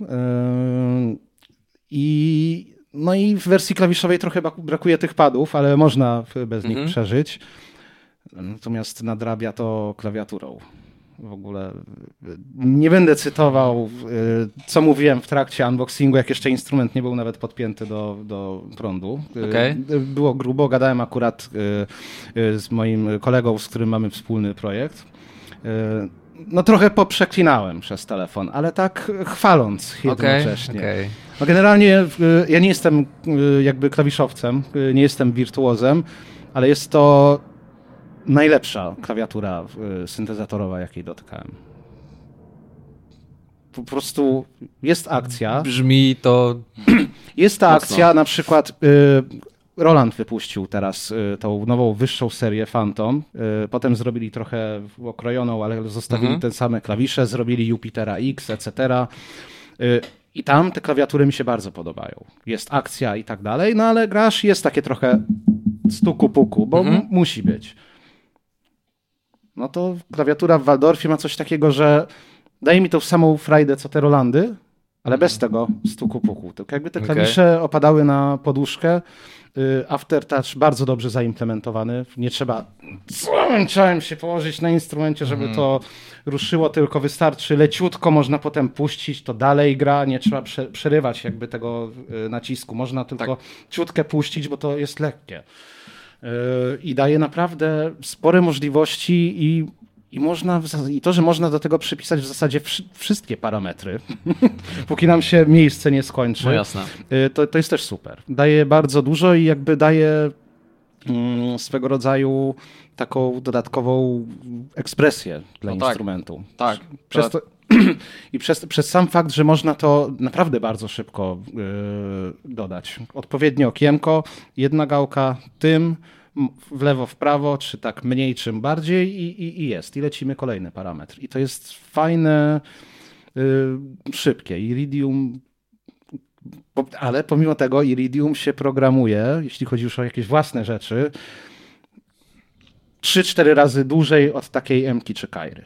I, no i w wersji klawiszowej trochę brakuje tych padów, ale można bez nich mhm. przeżyć. Natomiast nadrabia to klawiaturą. W ogóle nie będę cytował, co mówiłem w trakcie unboxingu, jak jeszcze instrument nie był nawet podpięty do, do prądu. Okay. Było grubo, gadałem akurat z moim kolegą, z którym mamy wspólny projekt. No trochę poprzeklinałem przez telefon, ale tak chwaląc jednocześnie. Okay, okay. No generalnie ja nie jestem jakby klawiszowcem, nie jestem wirtuozem, ale jest to najlepsza klawiatura syntezatorowa, jakiej dotykałem. Po prostu jest akcja. Brzmi to... Jest ta mocno. Akcja, na przykład Roland wypuścił teraz tą nową, wyższą serię Phantom. Potem zrobili trochę okrojoną, ale zostawili mhm. te same klawisze, zrobili Jupitera X, et cetera. I tam te klawiatury mi się bardzo podobają. Jest akcja i tak dalej, no ale grasz, jest takie trochę stuku puku, bo mhm. musi być. No to klawiatura w Waldorfie ma coś takiego, że daje mi tą samą frajdę, co te Rolandy, ale bez tego stuku puku. Tylko jakby te klawisze okay. opadały na poduszkę. Aftertouch bardzo dobrze zaimplementowany. Nie trzeba całym ciałem się położyć na instrumencie, żeby mm. to ruszyło, tylko wystarczy leciutko, można potem puścić, to dalej gra, nie trzeba prze, przerywać jakby tego nacisku. Można tylko tak. ciutkę puścić, bo to jest lekkie. I daje naprawdę spore możliwości i, i, można, i to, że można do tego przypisać w zasadzie wszystkie parametry, póki nam się miejsce nie skończy, no jasne. To, to jest też super. Daje bardzo dużo i jakby daje mm, swego rodzaju taką dodatkową ekspresję dla no instrumentu. Tak, tak. Przez to, I przez, przez sam fakt, że można to naprawdę bardzo szybko yy, dodać. Odpowiednie okienko, jedna gałka, tym, w lewo, w prawo, czy tak mniej, czym bardziej i, i, i jest. I lecimy kolejny parametr. I to jest fajne, yy, szybkie. Iridium, ale pomimo tego Iridium się programuje, jeśli chodzi już o jakieś własne rzeczy, trzy cztery razy dłużej od takiej Emki czy Kairy.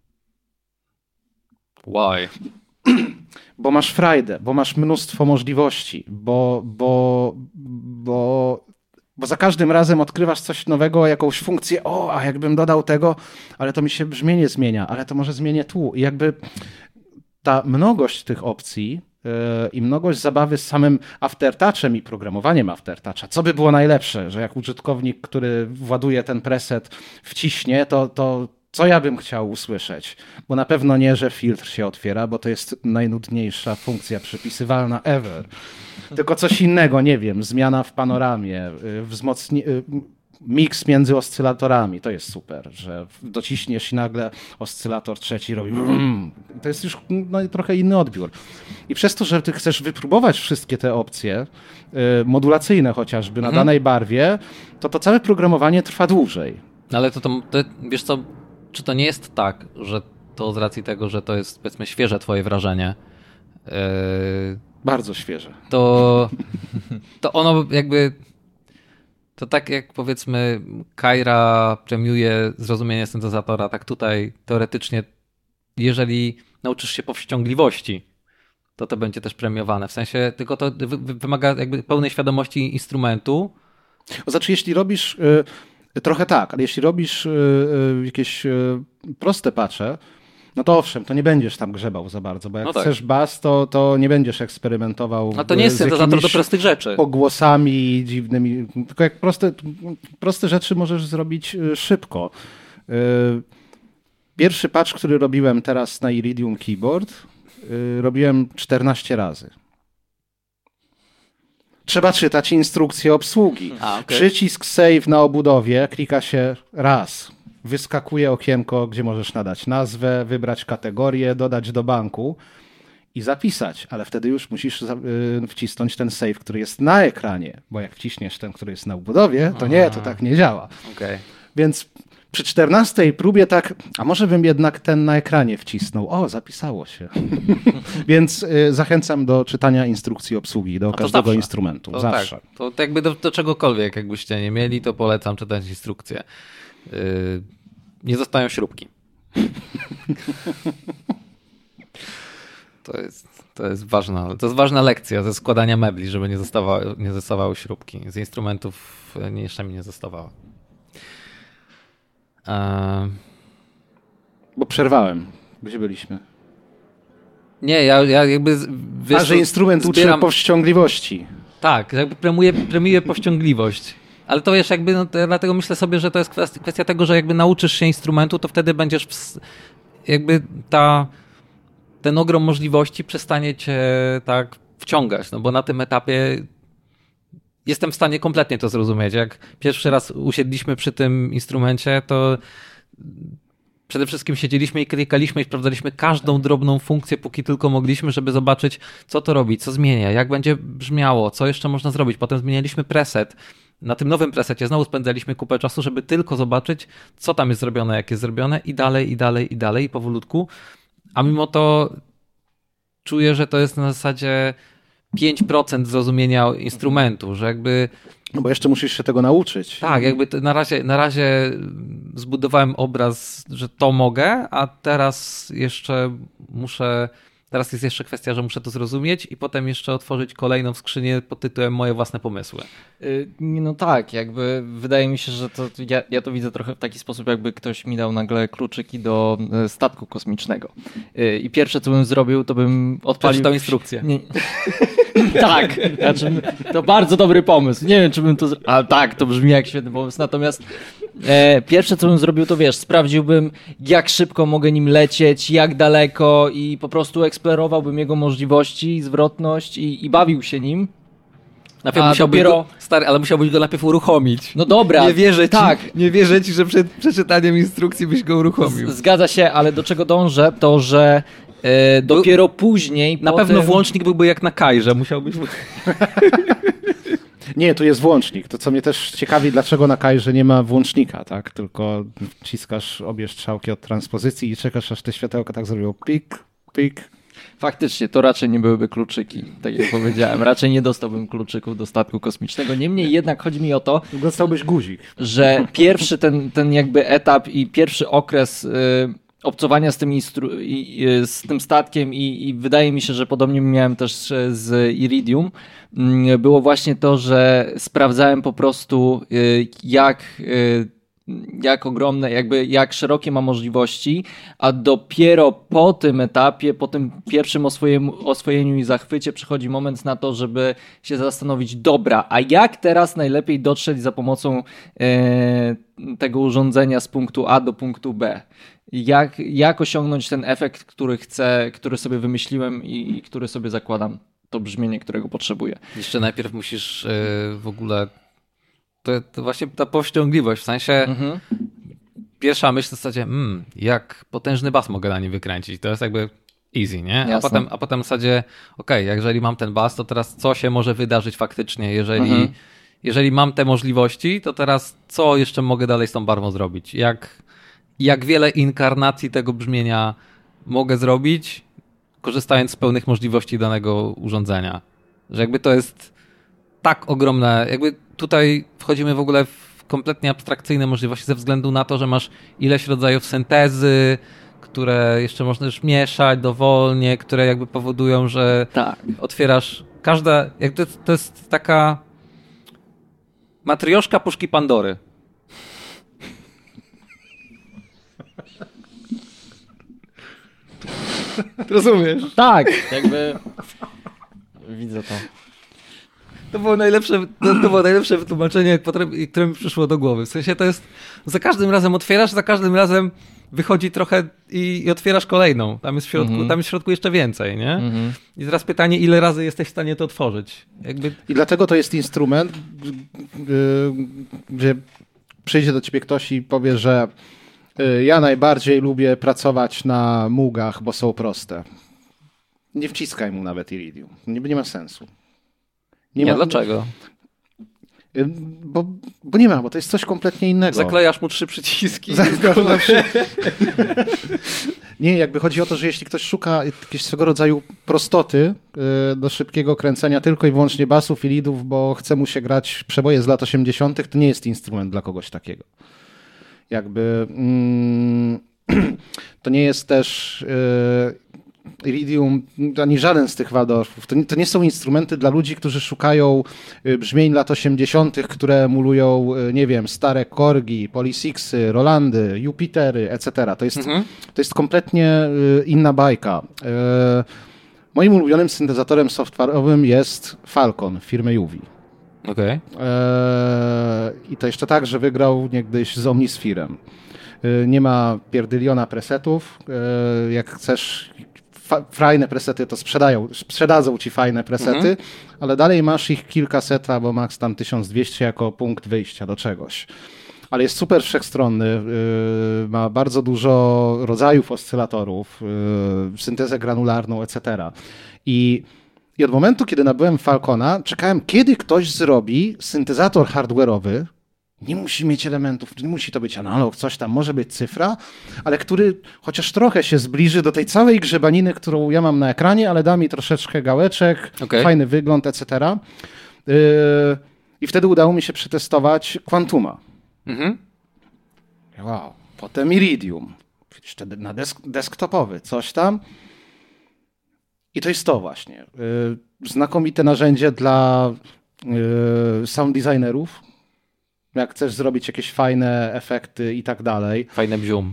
Why? Bo masz frajdę, bo masz mnóstwo możliwości, bo, bo, bo, bo za każdym razem odkrywasz coś nowego, jakąś funkcję, o, a jakbym dodał tego, ale to mi się brzmienie zmienia, ale to może zmienię tu. I jakby ta mnogość tych opcji yy, i mnogość zabawy z samym aftertouchem i programowaniem aftertoucha, co by było najlepsze, że jak użytkownik, który właduje ten preset, wciśnie, to, to co ja bym chciał usłyszeć? Bo na pewno nie, że filtr się otwiera, bo to jest najnudniejsza funkcja przypisywalna ever. Tylko coś innego, nie wiem, zmiana w panoramie, wzmocni... miks między oscylatorami, to jest super, że dociśniesz i nagle oscylator trzeci robi mm, to jest już no, trochę inny odbiór. I przez to, że ty chcesz wypróbować wszystkie te opcje, y, modulacyjne chociażby mhm. na danej barwie, to to całe programowanie trwa dłużej. Ale to, to, to wiesz co, czy to nie jest tak, że to z racji tego, że to jest powiedzmy świeże twoje wrażenie, yy, bardzo świeże. To, to ono jakby to tak jak powiedzmy Kyra premiuje zrozumienie syntezatora, tak tutaj teoretycznie jeżeli nauczysz się powściągliwości, to to będzie też premiowane. W sensie tylko to wymaga jakby pełnej świadomości instrumentu. Znaczy jeśli robisz, y, trochę tak, ale jeśli robisz y, y, jakieś y, proste patche, no to owszem, to nie będziesz tam grzebał za bardzo, bo jak no tak. chcesz bas, to, to nie będziesz eksperymentował. A to nie jest syntezator do prostych rzeczy. Pogłosami dziwnymi, tylko jak proste, proste rzeczy możesz zrobić szybko. Pierwszy patch, który robiłem teraz na Iridium Keyboard, robiłem czternaście razy. Trzeba czytać instrukcję obsługi. A, okay. Przycisk save na obudowie klika się raz. Wyskakuje okienko, gdzie możesz nadać nazwę, wybrać kategorię, dodać do banku i zapisać, ale wtedy już musisz wcisnąć ten save, który jest na ekranie, bo jak wciśniesz ten, który jest na obudowie, to nie, to tak nie działa. Okay. Więc przy czternastej próbie tak, a może bym jednak ten na ekranie wcisnął. O, zapisało się. Więc y, zachęcam do czytania instrukcji obsługi do każdego zawsze. instrumentu. To zawsze. Tak. To jakby do, do czegokolwiek, jakbyście nie mieli, to polecam czytać instrukcje. Yy, nie zostają śrubki. To jest, to jest ważna, to jest ważna lekcja ze składania mebli, żeby nie zostawały, nie zostawały śrubki. Z instrumentów nie, jeszcze mi nie zostawało. Yy. Bo przerwałem. Gdzie byliśmy? Nie, ja, ja jakby... Wiesz, A, że instrument zbieram... uczy powściągliwości. Tak, jakby premiuje, premiuje powściągliwość. Ale to wiesz, jakby, no, dlatego myślę sobie, że to jest kwestia, kwestia tego, że jakby nauczysz się instrumentu, to wtedy będziesz w, jakby ta, ten ogrom możliwości przestanie cię tak wciągać, no bo na tym etapie jestem w stanie kompletnie to zrozumieć. Jak pierwszy raz usiedliśmy przy tym instrumencie, to przede wszystkim siedzieliśmy i klikaliśmy i sprawdzaliśmy każdą drobną funkcję, póki tylko mogliśmy, żeby zobaczyć, co to robi, co zmienia, jak będzie brzmiało, co jeszcze można zrobić. Potem zmienialiśmy preset. Na tym nowym presecie znowu spędzaliśmy kupę czasu, żeby tylko zobaczyć, co tam jest zrobione, jak jest zrobione i dalej, i dalej, i dalej, i powolutku. A mimo to czuję, że to jest na zasadzie pięć procent zrozumienia instrumentu, że jakby... No bo jeszcze musisz się tego nauczyć. Tak, jakby na razie, na razie zbudowałem obraz, że to mogę, a teraz jeszcze muszę... Teraz jest jeszcze kwestia, że muszę to zrozumieć i potem jeszcze otworzyć kolejną skrzynię pod tytułem Moje własne pomysły. No tak, jakby wydaje mi się, że to ja, ja to widzę trochę w taki sposób, jakby ktoś mi dał nagle kluczyki do statku kosmicznego. I pierwsze, co bym zrobił, to bym odpalił... Przeczytał instrukcję. Nie... Tak, znaczy, to bardzo dobry pomysł. Nie wiem, czy bym to zrobił, ale tak, to brzmi jak świetny pomysł. Natomiast e, pierwsze, co bym zrobił, to wiesz, sprawdziłbym, jak szybko mogę nim lecieć, jak daleko i po prostu eksplorowałbym jego możliwości, zwrotność i, i bawił się nim. Najpierw musiałbyś dopiero... go, stary, ale musiałbyś go najpierw uruchomić. No dobra. Nie wierzę ci, tak. nie wierzę ci, że przed przeczytaniem instrukcji byś go uruchomił. Z, zgadza się, ale do czego dążę, to że e, dopiero Był... później... Na potem... pewno włącznik byłby jak na Kajrze, musiałbyś... Nie, tu jest włącznik. To co mnie też ciekawi, dlaczego na Kajrze nie ma włącznika, tak? Tylko wciskasz obie strzałki od transpozycji i czekasz, aż te światełka tak zrobią pik, pik. Faktycznie, to raczej nie byłyby kluczyki, tak jak powiedziałem. Raczej nie dostałbym kluczyków do statku kosmicznego. Niemniej jednak chodzi mi o to, dostałbyś guzik, że pierwszy ten, ten jakby etap i pierwszy okres y, obcowania z tym, instru- i, y, z tym statkiem i, i wydaje mi się, że podobnie miałem też z Iridium, y, było właśnie to, że sprawdzałem po prostu y, jak... Y, jak ogromne, jakby jak szerokie ma możliwości, a dopiero po tym etapie, po tym pierwszym oswojeniu, oswojeniu i zachwycie przychodzi moment na to, żeby się zastanowić, dobra, a jak teraz najlepiej dotrzeć za pomocą e, tego urządzenia z punktu A do punktu B? Jak, jak osiągnąć ten efekt, który chcę, który sobie wymyśliłem i, i który sobie zakładam, to brzmienie, którego potrzebuję. Jeszcze najpierw musisz yy, w ogóle, to, to właśnie ta powściągliwość, w sensie mhm. pierwsza myśl w zasadzie, mm, jak potężny bas mogę na nim wykręcić, to jest jakby easy, nie? A potem, a potem w zasadzie, okej, okay, jeżeli mam ten bas, to teraz co się może wydarzyć faktycznie, jeżeli, mhm. jeżeli mam te możliwości, to teraz co jeszcze mogę dalej z tą barwą zrobić? Jak, jak wiele inkarnacji tego brzmienia mogę zrobić, korzystając z pełnych możliwości danego urządzenia. Że jakby to jest tak ogromne, jakby tutaj wchodzimy w ogóle w kompletnie abstrakcyjne możliwości ze względu na to, że masz ileś rodzajów syntezy, które jeszcze można już mieszać dowolnie, które jakby powodują, że tak. otwierasz każda, jak to, to jest taka matrioszka puszki Pandory. Rozumiesz? Tak, jakby widzę to. To było najlepsze, to, to było najlepsze wytłumaczenie, które mi przyszło do głowy. W sensie to jest, za każdym razem otwierasz, za każdym razem wychodzi trochę i, i otwierasz kolejną. Tam jest w środku, mm-hmm. tam jest w środku jeszcze więcej, nie? Mm-hmm. I teraz pytanie, ile razy jesteś w stanie to otworzyć? Jakby... I dlatego to jest instrument, gdzie przyjdzie do ciebie ktoś i powie, że ja najbardziej lubię pracować na Moogach, bo są proste. Nie wciskaj mu nawet Iridium. Nie, nie ma sensu. Nie, nie ma, dlaczego? Bo, bo nie ma, bo to jest coś kompletnie innego. Zaklejasz mu trzy przyciski. Nie, jakby chodzi o to, że jeśli ktoś szuka jakiegoś swego rodzaju prostoty do szybkiego kręcenia tylko i wyłącznie basów i leadów, bo chce mu się grać przeboje z lat osiemdziesiątych, to nie jest instrument dla kogoś takiego. Jakby mm, to nie jest też yy, Iridium, ani żaden z tych Waldorfów. To nie, to nie są instrumenty dla ludzi, którzy szukają brzmień lat osiemdziesiątych, które emulują, nie wiem, stare Korgi, Polysixy, Rolandy, Jupitery, et cetera. To jest, mhm. to jest kompletnie yy, inna bajka. Yy, moim ulubionym syntezatorem software'owym jest Falcon firmy Juvi. Okay. I to jeszcze tak, że wygrał niegdyś z Omnispherem. Nie ma pierdyliona presetów. Jak chcesz fa- fajne presety, to sprzedają, sprzedadzą ci fajne presety, mm-hmm. ale dalej masz ich kilkaset, albo max tam tysiąc dwieście jako punkt wyjścia do czegoś. Ale jest super wszechstronny, ma bardzo dużo rodzajów oscylatorów, syntezę granularną, et cetera. I I od momentu, kiedy nabyłem Falcona, czekałem, kiedy ktoś zrobi syntezator hardware'owy, nie musi mieć elementów, nie musi to być analog, coś tam, może być cyfra, ale który chociaż trochę się zbliży do tej całej grzebaniny, którą ja mam na ekranie, ale da mi troszeczkę gałeczek, okay. fajny wygląd, et cetera. Yy, I wtedy udało mi się przetestować Quantuma. Mhm. Wow. Potem Iridium. Jeszcze na desk- desktopowy, coś tam. I to jest to właśnie. Znakomite narzędzie dla sound designerów. Jak chcesz zrobić jakieś fajne efekty i tak dalej. Fajne bzium.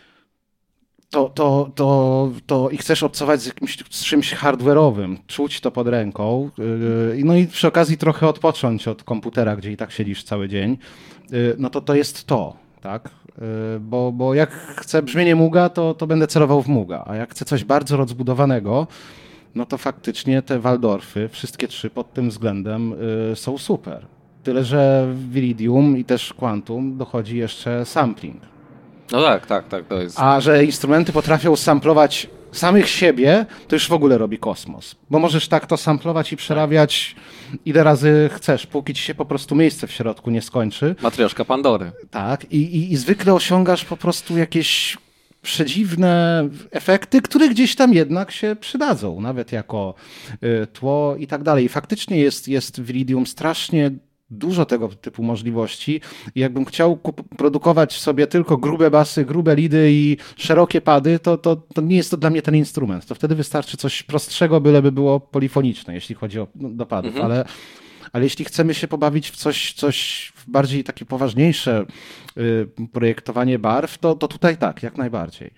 To, to, to, to i chcesz obcować z jakimś z czymś hardware'owym, czuć to pod ręką. No i przy okazji trochę odpocząć od komputera, gdzie i tak siedzisz cały dzień. No to to jest to, tak? Bo, bo jak chcę brzmienie Mooga, to, to będę celował w Mooga, a jak chcę coś bardzo rozbudowanego, no to faktycznie te Waldorfy, wszystkie trzy pod tym względem y, są super. Tyle, że w Iridium i też Quantum dochodzi jeszcze sampling. No tak, tak, tak. To jest... A że instrumenty potrafią samplować samych siebie, to już w ogóle robi kosmos. Bo możesz tak to samplować i przerabiać ile razy chcesz, póki ci się po prostu miejsce w środku nie skończy. Matrioszka Pandory. Tak, i, i, i zwykle osiągasz po prostu jakieś przedziwne efekty, które gdzieś tam jednak się przydadzą, nawet jako y, tło i tak dalej. I faktycznie jest, jest w Iridium strasznie dużo tego typu możliwości. I jakbym chciał kup- produkować sobie tylko grube basy, grube lidy i szerokie pady, to, to, to nie jest to dla mnie ten instrument. To wtedy wystarczy coś prostszego, byleby było polifoniczne, jeśli chodzi o no, do padów. Mhm. Ale, ale jeśli chcemy się pobawić w coś, coś bardziej takie poważniejsze projektowanie barw, to, to tutaj tak, jak najbardziej.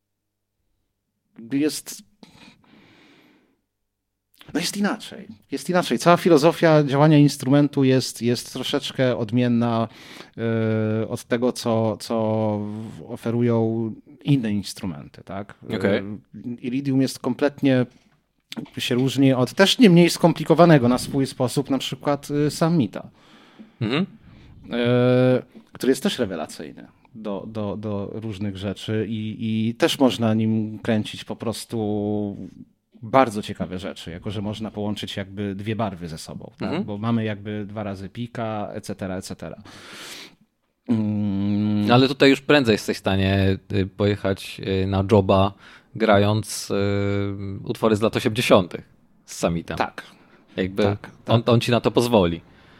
Jest... No jest inaczej. Jest inaczej. Cała filozofia działania instrumentu jest, jest troszeczkę odmienna y, od tego, co, co oferują inne instrumenty. Tak? Okay. Iridium jest kompletnie, się różni od też nie mniej skomplikowanego na swój sposób, na przykład Summita, mhm. y, który jest też rewelacyjny do, do, do różnych rzeczy i, i też można nim kręcić po prostu bardzo ciekawe rzeczy, jako że można połączyć jakby dwie barwy ze sobą, tak? Mhm. Bo mamy jakby dwa razy pika, et cetera, et cetera. Mm. Ale tutaj już prędzej jesteś w stanie pojechać na joba, grając y, utwory z lat osiemdziesiątych z Summitem. Tak. Jakby tak, on, tak. on ci na to pozwoli.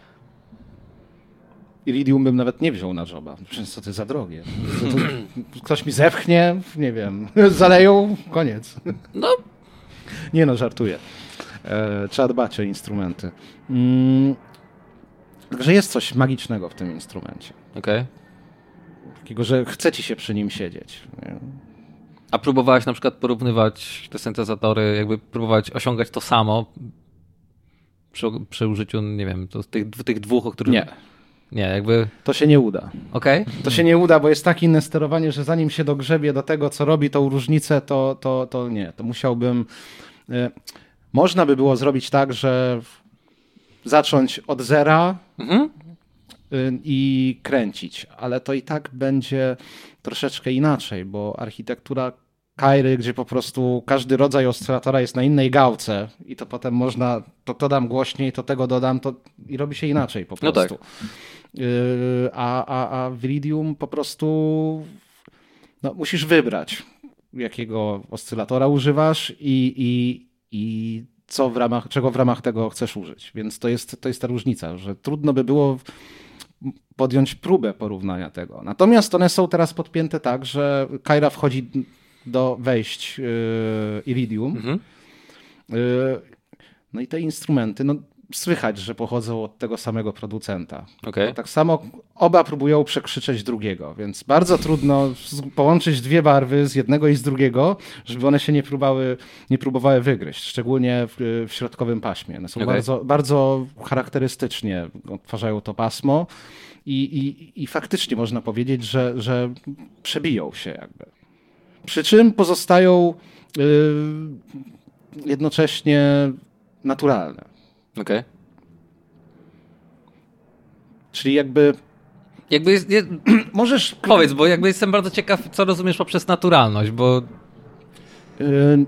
Iridium bym nawet nie wziął na joba. Przecież to jest za drogie. To, to, ktoś mi zepchnie, nie wiem, zaleją, koniec. No. Nie no, żartuję. E, trzeba dbać o instrumenty. Mm, Także jest coś magicznego w tym instrumencie. Okej. Okay. Takiego, że chce ci się przy nim siedzieć. Nie? A próbowałeś na przykład porównywać te syntezatory, jakby próbować osiągać to samo przy, przy użyciu, nie wiem, to tych, tych dwóch, o których... Nie. Nie, jakby... To się nie uda. Okej. Okay. To się nie uda, bo jest tak inne sterowanie, że zanim się dogrzebie do tego, co robi tą różnicę, to, to, to nie. To musiałbym... Y, można by było zrobić tak, że zacząć od zera mhm. y, i kręcić, ale to i tak będzie troszeczkę inaczej, bo architektura Kairy, gdzie po prostu każdy rodzaj oscylatora jest na innej gałce i to potem można, to to dam głośniej, to tego dodam, to i robi się inaczej po prostu. No tak. y, a, a, a w Iridium po prostu no, musisz wybrać, jakiego oscylatora używasz i, i, i co w ramach, czego w ramach tego chcesz użyć. Więc to jest, to jest ta różnica, że trudno by było podjąć próbę porównania tego. Natomiast one są teraz podpięte tak, że Kaira wchodzi do wejść yy, Iridium. Mhm. Yy, no i te instrumenty, no słychać, że pochodzą od tego samego producenta. Okay. Tak samo oba próbują przekrzyczeć drugiego, więc bardzo trudno połączyć dwie barwy z jednego i z drugiego, żeby one się nie próbowały, nie próbowały wygryźć, szczególnie w, w środkowym paśmie. One są okay. bardzo, bardzo charakterystycznie odtwarzają to pasmo i, i, i faktycznie można powiedzieć, że, że przebiją się jakby. Przy czym pozostają yy, jednocześnie naturalne. Okej. Okay. Czyli jakby... Jakby jest, jest... Możesz... Powiedz, bo jakby jestem bardzo ciekaw, co rozumiesz poprzez naturalność, bo... Yy...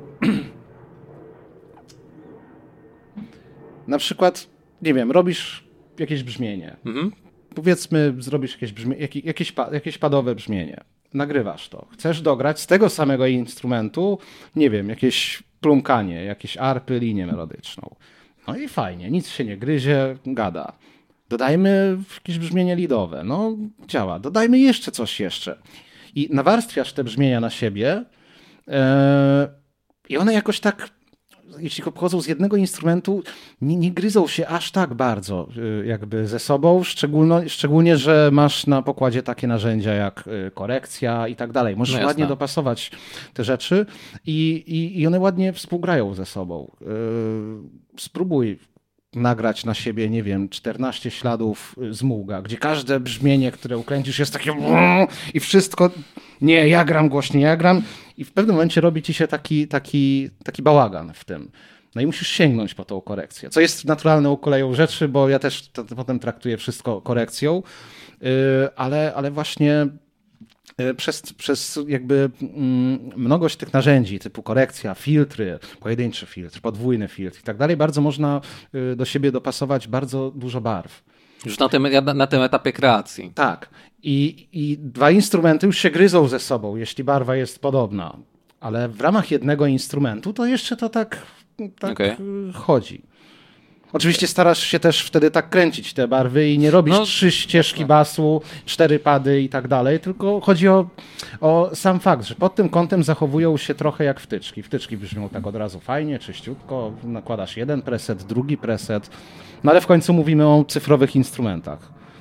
Na przykład, nie wiem, robisz jakieś brzmienie. Mhm. Powiedzmy, zrobisz jakieś, brzmie... jakieś, jakieś, pa... jakieś padowe brzmienie. Nagrywasz to. Chcesz dograć z tego samego instrumentu, nie wiem, jakieś plumkanie, jakieś arpy, linię melodyczną. No i fajnie, nic się nie gryzie, gada. Dodajmy jakieś brzmienie lidowe. No działa. Dodajmy jeszcze coś jeszcze. I nawarstwiasz te brzmienia na siebie yy, i one jakoś tak, jeśli pochodzą z jednego instrumentu, nie, nie gryzą się aż tak bardzo yy, jakby ze sobą, szczególno, szczególnie, że masz na pokładzie takie narzędzia jak yy, korekcja i tak dalej. Możesz no ładnie dopasować te rzeczy i, i, i one ładnie współgrają ze sobą. Yy, spróbuj nagrać na siebie, nie wiem, czternaście śladów z Muuga, gdzie każde brzmienie, które ukręcisz, jest takie i wszystko, nie, ja gram głośniej, ja gram i w pewnym momencie robi ci się taki, taki, taki bałagan w tym. No i musisz sięgnąć po tą korekcję, co jest naturalną koleją rzeczy, bo ja też to, to potem traktuję wszystko korekcją, yy, ale, ale właśnie Przez, przez jakby mnogość tych narzędzi typu korekcja, filtry, pojedynczy filtr, podwójny filtr i tak dalej, bardzo można do siebie dopasować bardzo dużo barw. Już na tym, na tym etapie kreacji. Tak. I, I dwa instrumenty już się gryzą ze sobą, jeśli barwa jest podobna. Ale w ramach jednego instrumentu to jeszcze to tak, tak okay. chodzi. Oczywiście starasz się też wtedy tak kręcić te barwy i nie robisz no, trzy ścieżki tak. basu, cztery pady i tak dalej, tylko chodzi o, o sam fakt, że pod tym kątem zachowują się trochę jak wtyczki. Wtyczki brzmią tak od razu fajnie, czyściutko, nakładasz jeden preset, drugi preset, no ale w końcu mówimy o cyfrowych instrumentach.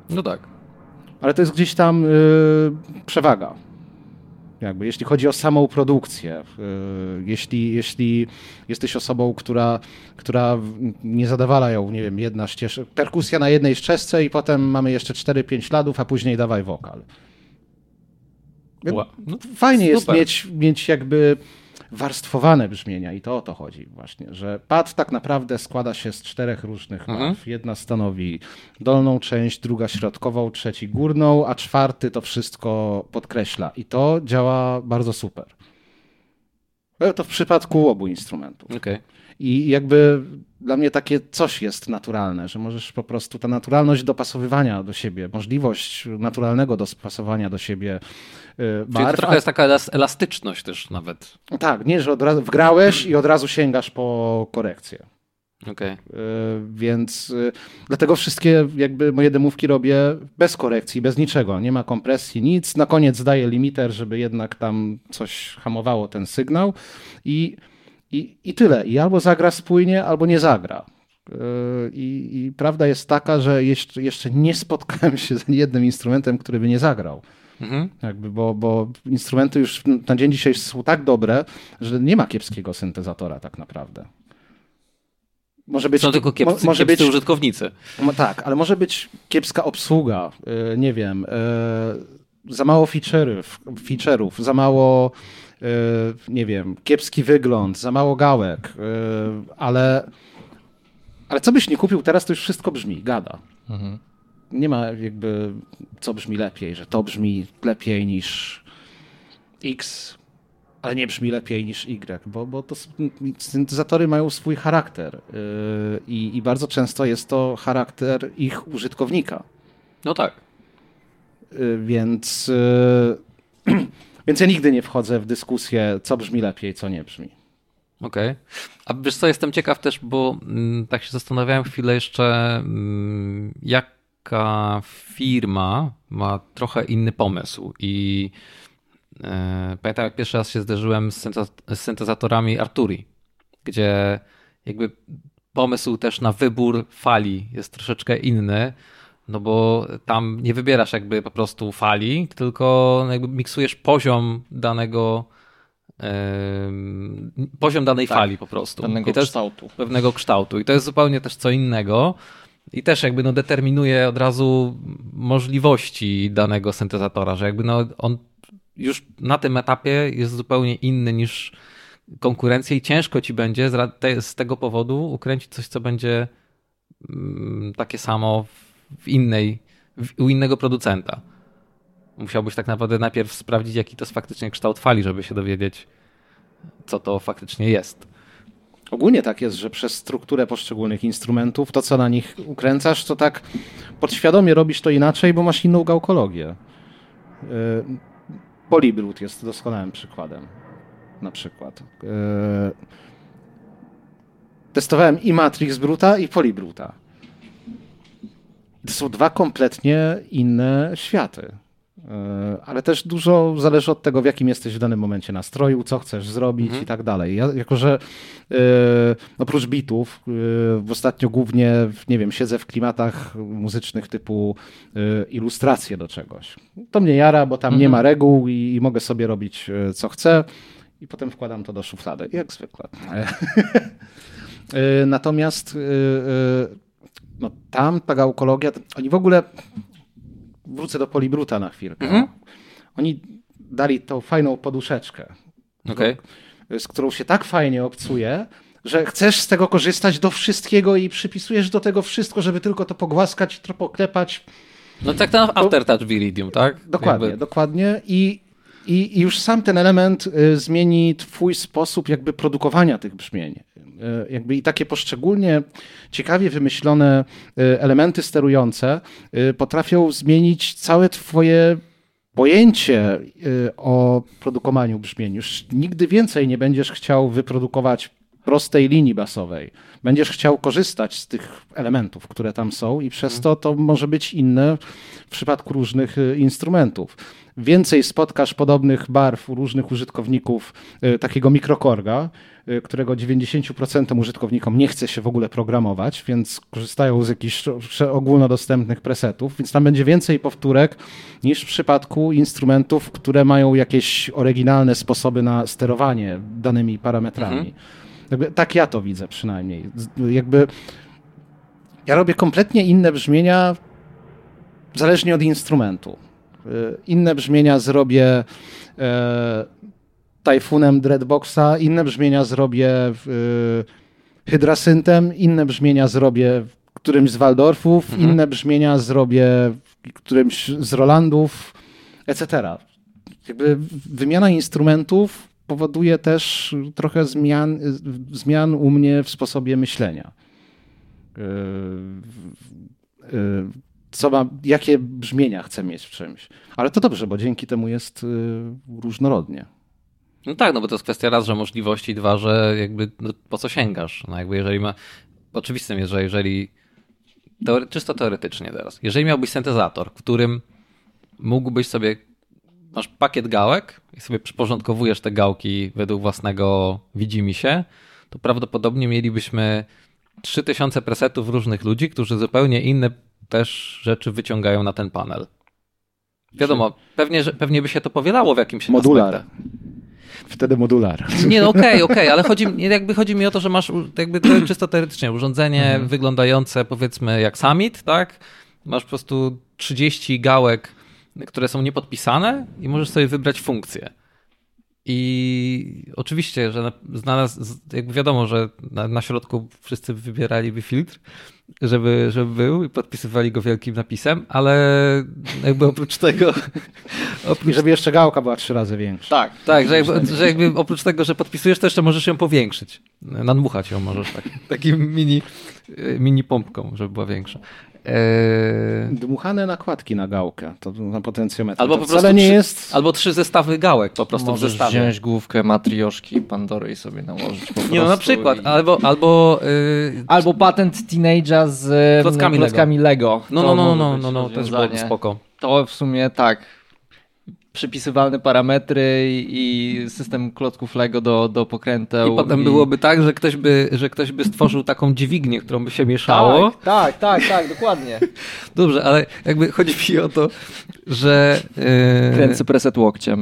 No tak. Ale to jest gdzieś tam yy, przewaga. Jakby, jeśli chodzi o samą produkcję, yy, jeśli, jeśli jesteś osobą, która, która nie zadawala ją, nie wiem, jedna ścieżka, perkusja na jednej ścieżce i potem mamy jeszcze cztery pięć śladów, a później dawaj wokal. Wow. No, fajnie super. jest mieć, mieć jakby warstwowane brzmienia i to o to chodzi właśnie, że pad tak naprawdę składa się z czterech różnych barw. Mhm. Jedna stanowi dolną część, druga środkową, trzeci górną, a czwarty to wszystko podkreśla i to działa bardzo super. To w przypadku obu instrumentów. Okay. I jakby dla mnie takie coś jest naturalne, że możesz po prostu, ta naturalność dopasowywania do siebie, możliwość naturalnego dopasowania do siebie barw. Czyli to trochę jest taka elastyczność też nawet. Tak, nie, że od razu wgrałeś i od razu sięgasz po korekcję. Okay. Więc dlatego wszystkie jakby moje demówki robię bez korekcji, bez niczego. Nie ma kompresji, nic. Na koniec daję limiter, żeby jednak tam coś hamowało ten sygnał i I, I tyle. I albo zagra spójnie, albo nie zagra. I, i prawda jest taka, że jeszcze, jeszcze nie spotkałem się z jednym instrumentem, który by nie zagrał. Mhm. Jakby, bo, bo instrumenty już na dzień dzisiejszy są tak dobre, że nie ma kiepskiego syntezatora tak naprawdę. Może być, są tylko kiepscy, mo, może kiepscy być, użytkownicy. Tak, ale może być kiepska obsługa, nie wiem, za mało feature'ów, feature'ów za mało nie wiem, kiepski wygląd, za mało gałek, ale, ale co byś nie kupił teraz, to już wszystko brzmi, gada. Mhm. Nie ma jakby co brzmi lepiej, że to brzmi lepiej niż X, ale nie brzmi lepiej niż Y, bo, bo to syntezatory mają swój charakter i, i bardzo często jest to charakter ich użytkownika. No tak. Więc... Więc ja nigdy nie wchodzę w dyskusję, co brzmi lepiej, co nie brzmi. Okej. Okay. A wiesz co, jestem ciekaw też, bo m, tak się zastanawiałem chwilę jeszcze, m, jaka firma ma trochę inny pomysł. I e, pamiętam, jak pierwszy raz się zderzyłem z, syntez- z syntezatorami Arturii, gdzie jakby pomysł też na wybór fali jest troszeczkę inny. No bo tam nie wybierasz jakby po prostu fali, tylko jakby miksujesz poziom danego yy, poziom danej tak, fali po prostu. Pewnego kształtu. Pewnego kształtu. I to jest zupełnie też co innego. I też jakby no determinuje od razu możliwości danego syntezatora, że jakby no on już na tym etapie jest zupełnie inny niż konkurencja i ciężko ci będzie z tego powodu ukręcić coś, co będzie takie samo w innej, w, u innego producenta. Musiałbyś tak naprawdę najpierw sprawdzić, jaki to jest faktycznie kształt fali, żeby się dowiedzieć, co to faktycznie jest. Ogólnie tak jest, że przez strukturę poszczególnych instrumentów, to co na nich ukręcasz, to tak podświadomie robisz to inaczej, bo masz inną gałkologię. Yy, Polybrute jest doskonałym przykładem. Na przykład. Yy, testowałem i Matrix Bruta, i Polybruta. To są dwa kompletnie inne światy. Ale też dużo zależy od tego, w jakim jesteś w danym momencie nastroju, co chcesz zrobić mhm. i tak dalej. Ja, jako że yy, oprócz bitów yy, ostatnio głównie, nie wiem, siedzę w klimatach muzycznych typu yy, ilustracje do czegoś. To mnie jara, bo tam mhm. nie ma reguł i, i mogę sobie robić yy, co chcę i potem wkładam to do szuflady, jak zwykle. yy, natomiast yy, yy, no tam ta gałkologia, oni w ogóle, wrócę do Polybruta na chwilkę, mm-hmm. oni dali tą fajną poduszeczkę, okay. z którą się tak fajnie obcuje, że chcesz z tego korzystać do wszystkiego i przypisujesz do tego wszystko, żeby tylko to pogłaskać, to poklepać. No tak na Aftertouch Viridium, tak? Dokładnie, jakby... dokładnie i, i, i już sam ten element y, zmieni twój sposób jakby produkowania tych brzmień. Jakby i takie poszczególnie ciekawie wymyślone elementy sterujące potrafią zmienić całe twoje pojęcie o produkowaniu brzmień. Już nigdy więcej nie będziesz chciał wyprodukować prostej linii basowej. Będziesz chciał korzystać z tych elementów, które tam są i przez to to może być inne w przypadku różnych instrumentów. Więcej spotkasz podobnych barw u różnych użytkowników takiego mikrokorga, którego dziewięćdziesiąt procent użytkownikom nie chce się w ogóle programować, więc korzystają z jakichś ogólnodostępnych presetów, więc tam będzie więcej powtórek niż w przypadku instrumentów, które mają jakieś oryginalne sposoby na sterowanie danymi parametrami. Mhm. Jakby, tak ja to widzę przynajmniej. Jakby ja robię kompletnie inne brzmienia zależnie od instrumentu. Inne brzmienia zrobię e, Typhonem Dreadboxa, inne brzmienia zrobię y, Hydrasyntem, inne brzmienia zrobię w którymś z Waldorfów, mhm. inne brzmienia zrobię w którymś z Rolandów, et cetera. Jakby wymiana instrumentów powoduje też trochę zmian, zmian u mnie w sposobie myślenia. Y, y, co ma, jakie brzmienia chcę mieć w czymś. Ale to dobrze, bo dzięki temu jest y, różnorodnie. No tak, no bo to jest kwestia raz, że możliwości, dwa, że jakby no, po co sięgasz. No jakby jeżeli ma, oczywistym jest, że jeżeli, teore, czysto teoretycznie teraz, jeżeli miałbyś syntezator, w którym mógłbyś sobie, masz pakiet gałek i sobie przyporządkowujesz te gałki według własnego widzimisię, to prawdopodobnie mielibyśmy trzy tysiące presetów różnych ludzi, którzy zupełnie inne też rzeczy wyciągają na ten panel. Wiadomo, pewnie, że, pewnie by się to powielało w jakimś modular. aspekcie. Wtedy modular. Nie, no okej, okay, okej, okay, ale chodzi, jakby chodzi mi o to, że masz jakby to czysto teoretycznie urządzenie mhm. wyglądające powiedzmy jak Summit, tak? Masz po prostu trzydzieści gałek, które są niepodpisane i możesz sobie wybrać funkcję. I oczywiście, że znalazł, jakby wiadomo, że na, na środku wszyscy wybieraliby filtr, żeby, żeby był i podpisywali go wielkim napisem, ale jakby oprócz tego... Oprócz... I żeby jeszcze gałka była trzy razy większa. Tak, tak, że jakby, że jakby oprócz tego, że podpisujesz, to jeszcze możesz ją powiększyć. Nadmuchać ją możesz tak, takim mini, mini pompką, żeby była większa. Eee... Dmuchane nakładki na gałkę, to na potencjometrze. Albo to po prostu wcale nie trzy, jest... Albo trzy zestawy gałek po prostu możesz w zestawie. wziąć główkę matrioszki Pandory i sobie nałożyć po prostu. Nie, no na przykład. I... Albo albo, yy... albo patent Teenage'a z klockami, klockami Lego. Lego. No, no, no, no, no, no, też byłoby spoko. To w sumie tak. Przypisywalne parametry i system klocków Lego do, do pokręteł. I potem i... byłoby tak, że ktoś by, że ktoś by stworzył taką dźwignię, którą by się mieszało. Tak, tak, tak, tak, dokładnie. Dobrze, ale jakby chodzi mi o to, że... Yy... Kręcę preset łokciem.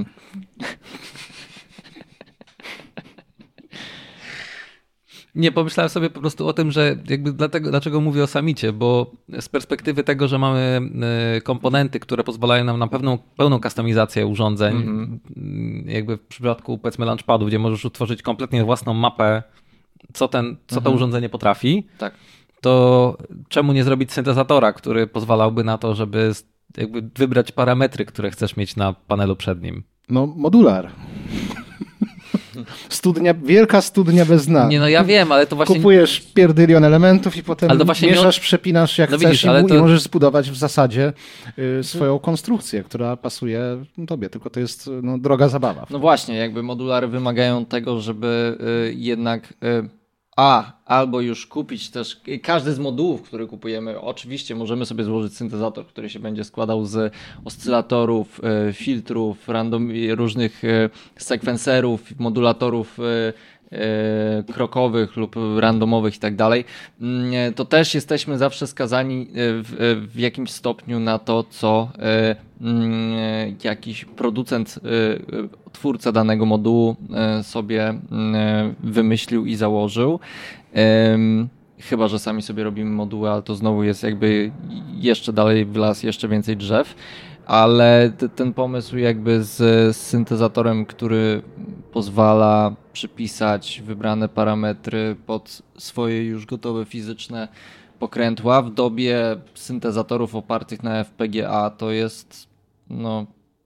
Nie, pomyślałem sobie po prostu o tym, że jakby dlatego, dlaczego mówię o Summicie, bo z perspektywy tego, że mamy komponenty, które pozwalają nam na pewną, pełną kustomizację urządzeń, mm-hmm. jakby w przypadku powiedzmy Launchpadu, gdzie możesz utworzyć kompletnie własną mapę, co, ten, co mm-hmm. to urządzenie potrafi, tak. To czemu nie zrobić syntezatora, który pozwalałby na to, żeby jakby wybrać parametry, które chcesz mieć na panelu przednim? No, modular. Studnia, wielka studnia bez dna. Nie, no ja wiem, ale to właśnie... Kupujesz pierdylion elementów i potem mieszasz, mi... przepinasz jak no chcesz widzisz, i, ale to... i możesz zbudować w zasadzie y, swoją konstrukcję, która pasuje tobie, tylko to jest no, droga zabawa. No właśnie, jakby modulary wymagają tego, żeby y, jednak... Y, A, albo już kupić też, każdy z modułów, który kupujemy, oczywiście możemy sobie złożyć syntezator, który się będzie składał z oscylatorów, filtrów, random, różnych sekwenserów, modulatorów krokowych lub randomowych i tak dalej. To też jesteśmy zawsze skazani w, w jakimś stopniu na to, co jakiś producent, twórca danego modułu sobie wymyślił i założył. Chyba że sami sobie robimy moduły, ale to znowu jest jakby jeszcze dalej w las, jeszcze więcej drzew. Ale t- ten pomysł jakby z, z syntezatorem, który pozwala przypisać wybrane parametry pod swoje już gotowe fizyczne pokrętła w dobie syntezatorów opartych na F P G A, to jest no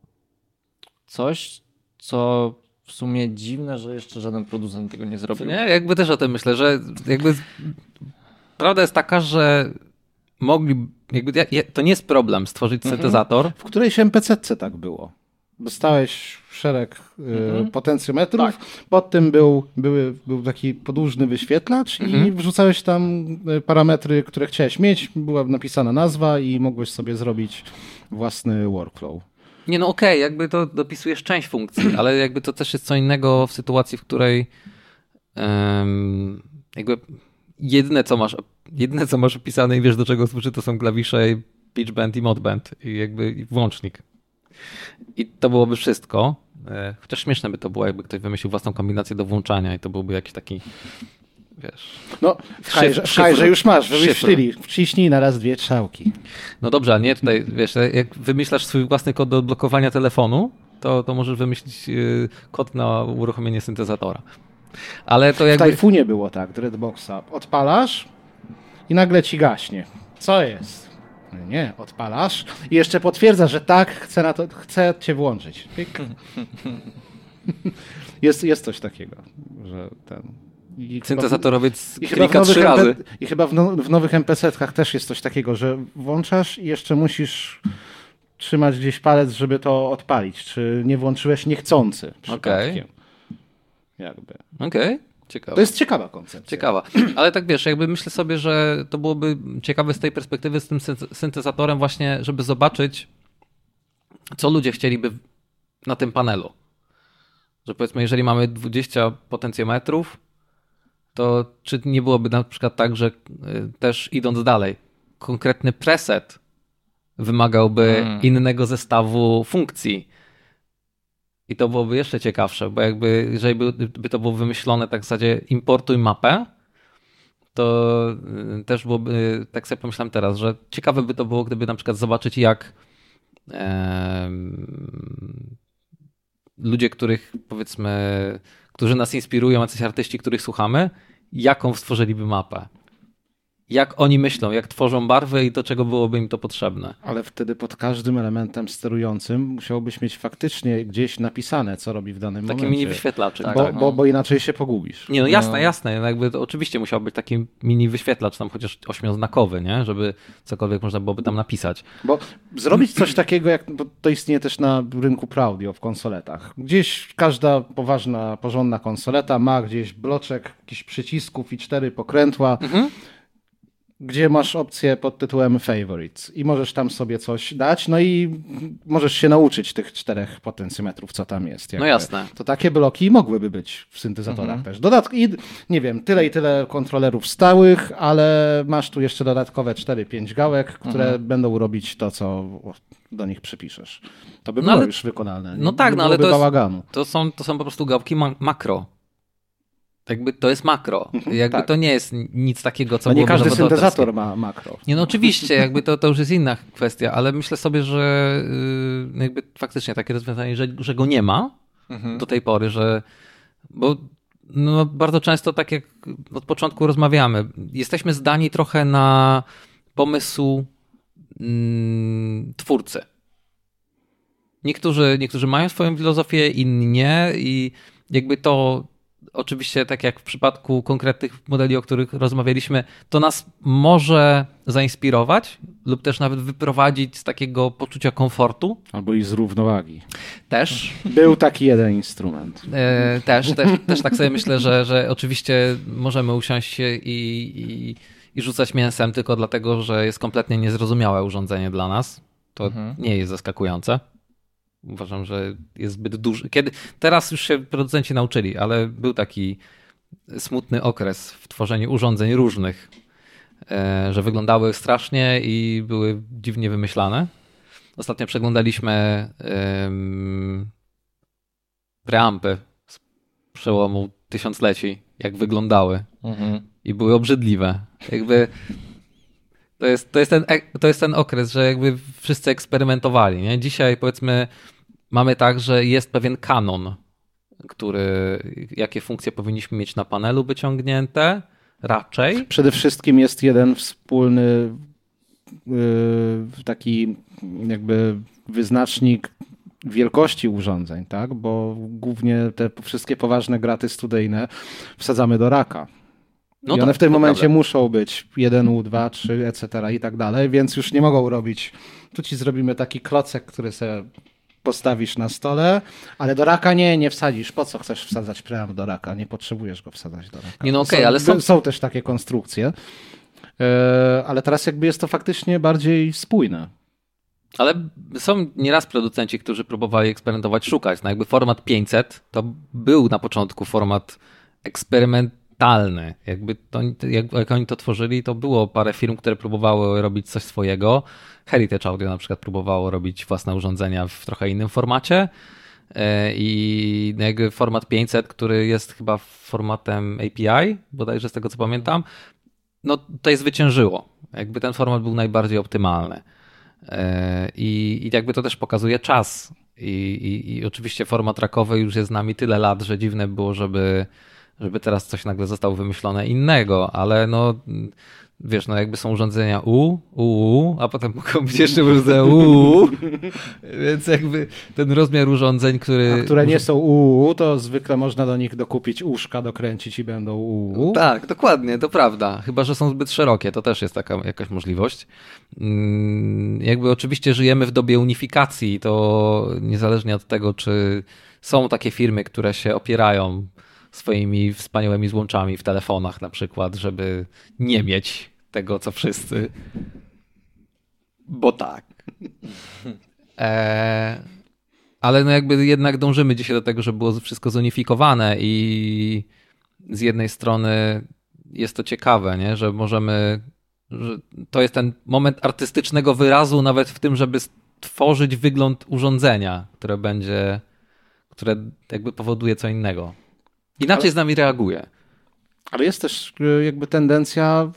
coś, co w sumie dziwne, że jeszcze żaden producent tego nie zrobił. Nie, jakby też o tym myślę, że jakby prawda jest taka, że mogli, jakby to nie jest problem stworzyć syntezator. W którejś M P C-ce tak było. dostałeś szereg Mhm. y, potencjometrów, Tak. pod tym był, były, był taki podłużny wyświetlacz Mhm. i wrzucałeś tam y, parametry, które chciałeś mieć, była napisana nazwa i mogłeś sobie zrobić własny workflow. Nie no okej, okay, jakby to dopisujesz część funkcji, ale jakby to też jest co innego w sytuacji, w której um, jakby jedyne co masz jedyne co masz opisane i wiesz do czego służy, to są klawisze pitch bend i mod bend i jakby i włącznik. I to byłoby wszystko. Chociaż śmieszne by to było, jakby ktoś wymyślił własną kombinację do włączania i to byłby jakiś taki, wiesz... No, w Hajrze, w Hajrze już masz, wymyślili. Wciśnij na raz dwie strzałki. No dobrze, ale nie tutaj, wiesz, jak wymyślasz swój własny kod do odblokowania telefonu, to, to możesz wymyślić yy, kod na uruchomienie syntezatora. Ale to jakby... W Tajfunie było tak, Dreadboxa. Odpalasz i nagle ci gaśnie. Co jest? Nie, odpalasz i jeszcze potwierdza, że tak, chce, na to, chce cię włączyć. jest, jest coś takiego, że ten... I syntezatorowiec i klika trzy razy. M P, I chyba w, no, w nowych em pe setkach też jest coś takiego, że włączasz i jeszcze musisz trzymać gdzieś palec, żeby to odpalić. Czy nie włączyłeś niechcący przypadkiem. Okej. Jakby. Okej. Okay. Ciekawe. To jest ciekawa koncepcja. Ciekawa. Ale tak wiesz, jakby myślę sobie, że to byłoby ciekawe z tej perspektywy z tym syntezatorem właśnie, żeby zobaczyć, co ludzie chcieliby na tym panelu. Że powiedzmy, jeżeli mamy dwadzieścia potencjometrów, to czy nie byłoby na przykład tak, że też idąc dalej, konkretny preset wymagałby hmm. innego zestawu funkcji. I to byłoby jeszcze ciekawsze, bo jakby, jeżeli by, by to było wymyślone tak w zasadzie importuj mapę, to też byłoby, tak sobie pomyślałem teraz, że ciekawe by to było, gdyby na przykład zobaczyć jak e, ludzie, których powiedzmy, którzy nas inspirują, jacyś artyści, których słuchamy, jaką stworzyliby mapę. Jak oni myślą, jak tworzą barwy i do czego byłoby im to potrzebne. Ale wtedy pod każdym elementem sterującym musiałbyś mieć faktycznie gdzieś napisane, co robi w danym Taki momencie. mini wyświetlaczek. Bo, tak. bo, bo inaczej się pogubisz. Nie, no jasne, no. jasne. Jakby to oczywiście musiał być taki mini wyświetlacz, tam chociaż ośmioznakowy, nie? Żeby cokolwiek można byłoby tam napisać. Bo zrobić coś takiego, jak bo to istnieje też na rynku Pro-Audio w konsoletach. Gdzieś każda poważna, porządna konsoleta ma gdzieś bloczek jakichś przycisków i cztery pokrętła, mhm. gdzie masz opcję pod tytułem Favorites i możesz tam sobie coś dać, no i możesz się nauczyć tych czterech potencjometrów, co tam jest. Jakby. No jasne. To takie bloki mogłyby być w syntezatorach mhm. też. Dodatki, nie wiem, tyle i tyle kontrolerów stałych, ale masz tu jeszcze dodatkowe cztery pięć gałek, które mhm. będą robić to, co do nich przypiszesz. To by było no ale, już wykonalne. No tak, no ale to, bałaganu. Jest, to, są, to są po prostu gałki ma- makro. Jakby to jest makro. Jakby tak. to nie jest nic takiego, co no nie każdy zawodowe. syntezator ma makro. Nie, no oczywiście, jakby to, to już jest inna kwestia, ale myślę sobie, że yy, jakby faktycznie takie rozwiązanie, że, że go nie ma mhm. do tej pory, że bo no, bardzo często tak jak od początku rozmawiamy, jesteśmy zdani trochę na pomysł mm, twórcy. Niektórzy, niektórzy mają swoją filozofię, inni nie i jakby to oczywiście, tak jak w przypadku konkretnych modeli, o których rozmawialiśmy, to nas może zainspirować lub też nawet wyprowadzić z takiego poczucia komfortu. Albo i z równowagi. Też. Był taki jeden instrument. E, też, też, też tak sobie myślę, że, że oczywiście możemy usiąść się i, i, i rzucać mięsem tylko dlatego, że jest kompletnie niezrozumiałe urządzenie dla nas. To mhm. nie jest zaskakujące. Uważam, że jest zbyt duży. Kiedy, teraz już się producenci nauczyli, ale był taki smutny okres w tworzeniu urządzeń różnych, e, że wyglądały strasznie i były dziwnie wymyślane. Ostatnio przeglądaliśmy e, preampy z przełomu tysiącleci, jak wyglądały mhm. i były obrzydliwe. Jakby To jest, to, jest ten, to jest ten okres, że jakby wszyscy eksperymentowali. Nie? Dzisiaj powiedzmy mamy tak, że jest pewien kanon, który, jakie funkcje powinniśmy mieć na panelu wyciągnięte, raczej. Przede wszystkim jest jeden wspólny yy, taki jakby wyznacznik wielkości urządzeń, tak? Bo głównie te wszystkie poważne graty studyjne wsadzamy do raka. No I one tak, w tym momencie prawda. Muszą być jeden U, dwa, trzy, et cetera i tak dalej, więc już nie mogą robić, tu ci zrobimy taki klocek, który sobie postawisz na stole, ale do raka nie, nie wsadzisz. Po co chcesz wsadzać preamp do raka? Nie potrzebujesz go wsadzać do raka. Nie, no okej, są, ale są... są też takie konstrukcje, ale teraz jakby jest to faktycznie bardziej spójne. Ale są nieraz producenci, którzy próbowali eksperymentować, szukać. No jakby format pięćset to był na początku format eksperymentalny. Jakby to, jak, jak oni to tworzyli, to było parę firm, które próbowały robić coś swojego. Heritage Audio na przykład próbowało robić własne urządzenia w trochę innym formacie. I jakby format pięćset, który jest chyba formatem A P I, bodajże z tego co pamiętam, no tutaj zwyciężyło. Jakby ten format był najbardziej optymalny. I, i jakby to też pokazuje czas. I, i, I oczywiście format rakowy już jest z nami tyle lat, że dziwne było, żeby, żeby teraz coś nagle zostało wymyślone innego, ale no wiesz, no jakby są urządzenia U, U, U, a potem mogą być jeszcze urządzenia U, U, więc jakby ten rozmiar urządzeń, który... A które nie są U U, to zwykle można do nich dokupić uszka, dokręcić i będą U U. Tak, dokładnie, to prawda. Chyba że są zbyt szerokie, to też jest taka jakaś możliwość. Jakby oczywiście żyjemy w dobie unifikacji, to niezależnie od tego, czy są takie firmy, które się opierają swoimi wspaniałymi złączami w telefonach na przykład, żeby nie mieć tego, co wszyscy. Bo tak. Eee, ale no jakby jednak dążymy dzisiaj do tego, żeby było wszystko zunifikowane i z jednej strony jest to ciekawe, nie? Że możemy, że to jest ten moment artystycznego wyrazu nawet w tym, żeby stworzyć wygląd urządzenia, które będzie, które jakby powoduje co innego. Inaczej ale, z nami reaguje. Ale jest też jakby tendencja,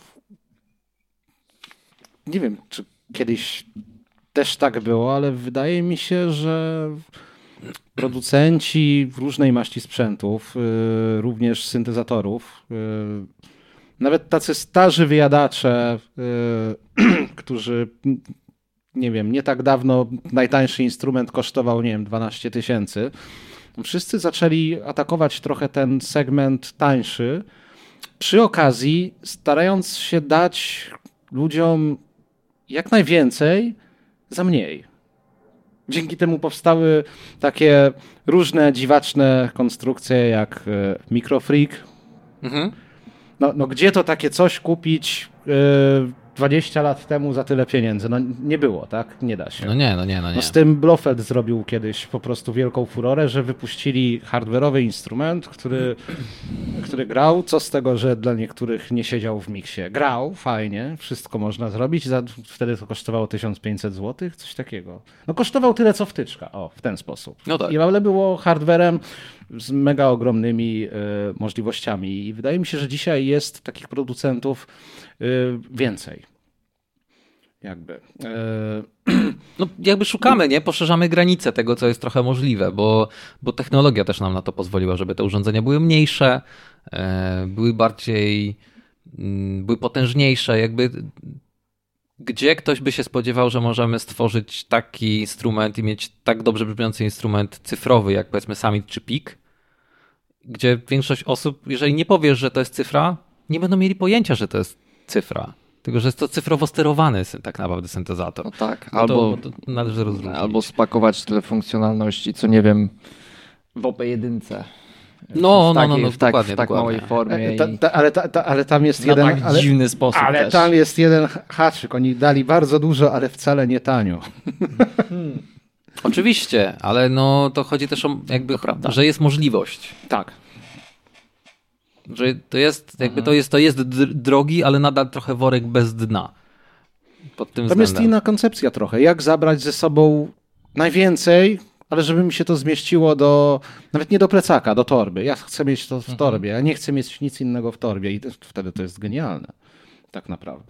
nie wiem, czy kiedyś też tak było, ale wydaje mi się, że producenci różnej maści sprzętów, yy, również syntezatorów, yy, nawet tacy starzy wyjadacze, yy, którzy, nie wiem, nie tak dawno najtańszy instrument kosztował, nie wiem, dwanaście tysięcy, wszyscy zaczęli atakować trochę ten segment tańszy, przy okazji starając się dać ludziom jak najwięcej za mniej. Dzięki temu powstały takie różne dziwaczne konstrukcje jak Microfreak. Mhm. No, no gdzie to takie coś kupić yy, dwadzieścia lat temu za tyle pieniędzy? No nie było, tak? Nie da się. No nie, no nie, no nie. No z tym Blofeld zrobił kiedyś po prostu wielką furorę, że wypuścili hardware'owy instrument, który, który grał. Co z tego, że dla niektórych nie siedział w miksie? Grał, fajnie, wszystko można zrobić. Za, wtedy to kosztowało tysiąc pięćset złotych, coś takiego. No kosztował tyle, co wtyczka. O, w ten sposób. No tak. I ale było hardwarem z mega ogromnymi y, możliwościami. I wydaje mi się, że dzisiaj jest takich producentów y, więcej. Jakby. No jakby szukamy, nie? Poszerzamy granice tego, co jest trochę możliwe, bo, bo technologia też nam na to pozwoliła, żeby te urządzenia były mniejsze, były bardziej, były potężniejsze. Jakby gdzie ktoś by się spodziewał, że możemy stworzyć taki instrument i mieć tak dobrze brzmiący instrument cyfrowy, jak powiedzmy Summit czy Peak, gdzie większość osób, jeżeli nie powiesz, że to jest cyfra, nie będą mieli pojęcia, że to jest cyfra. Tylko, że jest to cyfrowo sterowany tak naprawdę syntezator. No tak, no albo, to, to należy rozróżnić. Albo spakować tyle funkcjonalności, co nie wiem, w O P jeden. No, w takiej, no, no, no, w tak, dokładnie, w tak dokładnie. małej formie. Ta, ta, ale, ta, ta, ale tam jest na jeden... tak ale, dziwny sposób Ale też. tam jest jeden haczyk. Oni dali bardzo dużo, ale wcale nie tanio. Hmm. Oczywiście, ale no to chodzi też o jakby, że jest możliwość. Tak. Że to jest, jakby to jest, to jest drogi, ale nadal trochę worek bez dna. Pod tym Tam względem. jest inna koncepcja trochę. Jak zabrać ze sobą najwięcej, ale żeby mi się to zmieściło do, nawet nie do plecaka, do torby. Ja chcę mieć to w mhm. torbie, ja nie chcę mieć nic innego w torbie i wtedy to jest genialne. Tak naprawdę.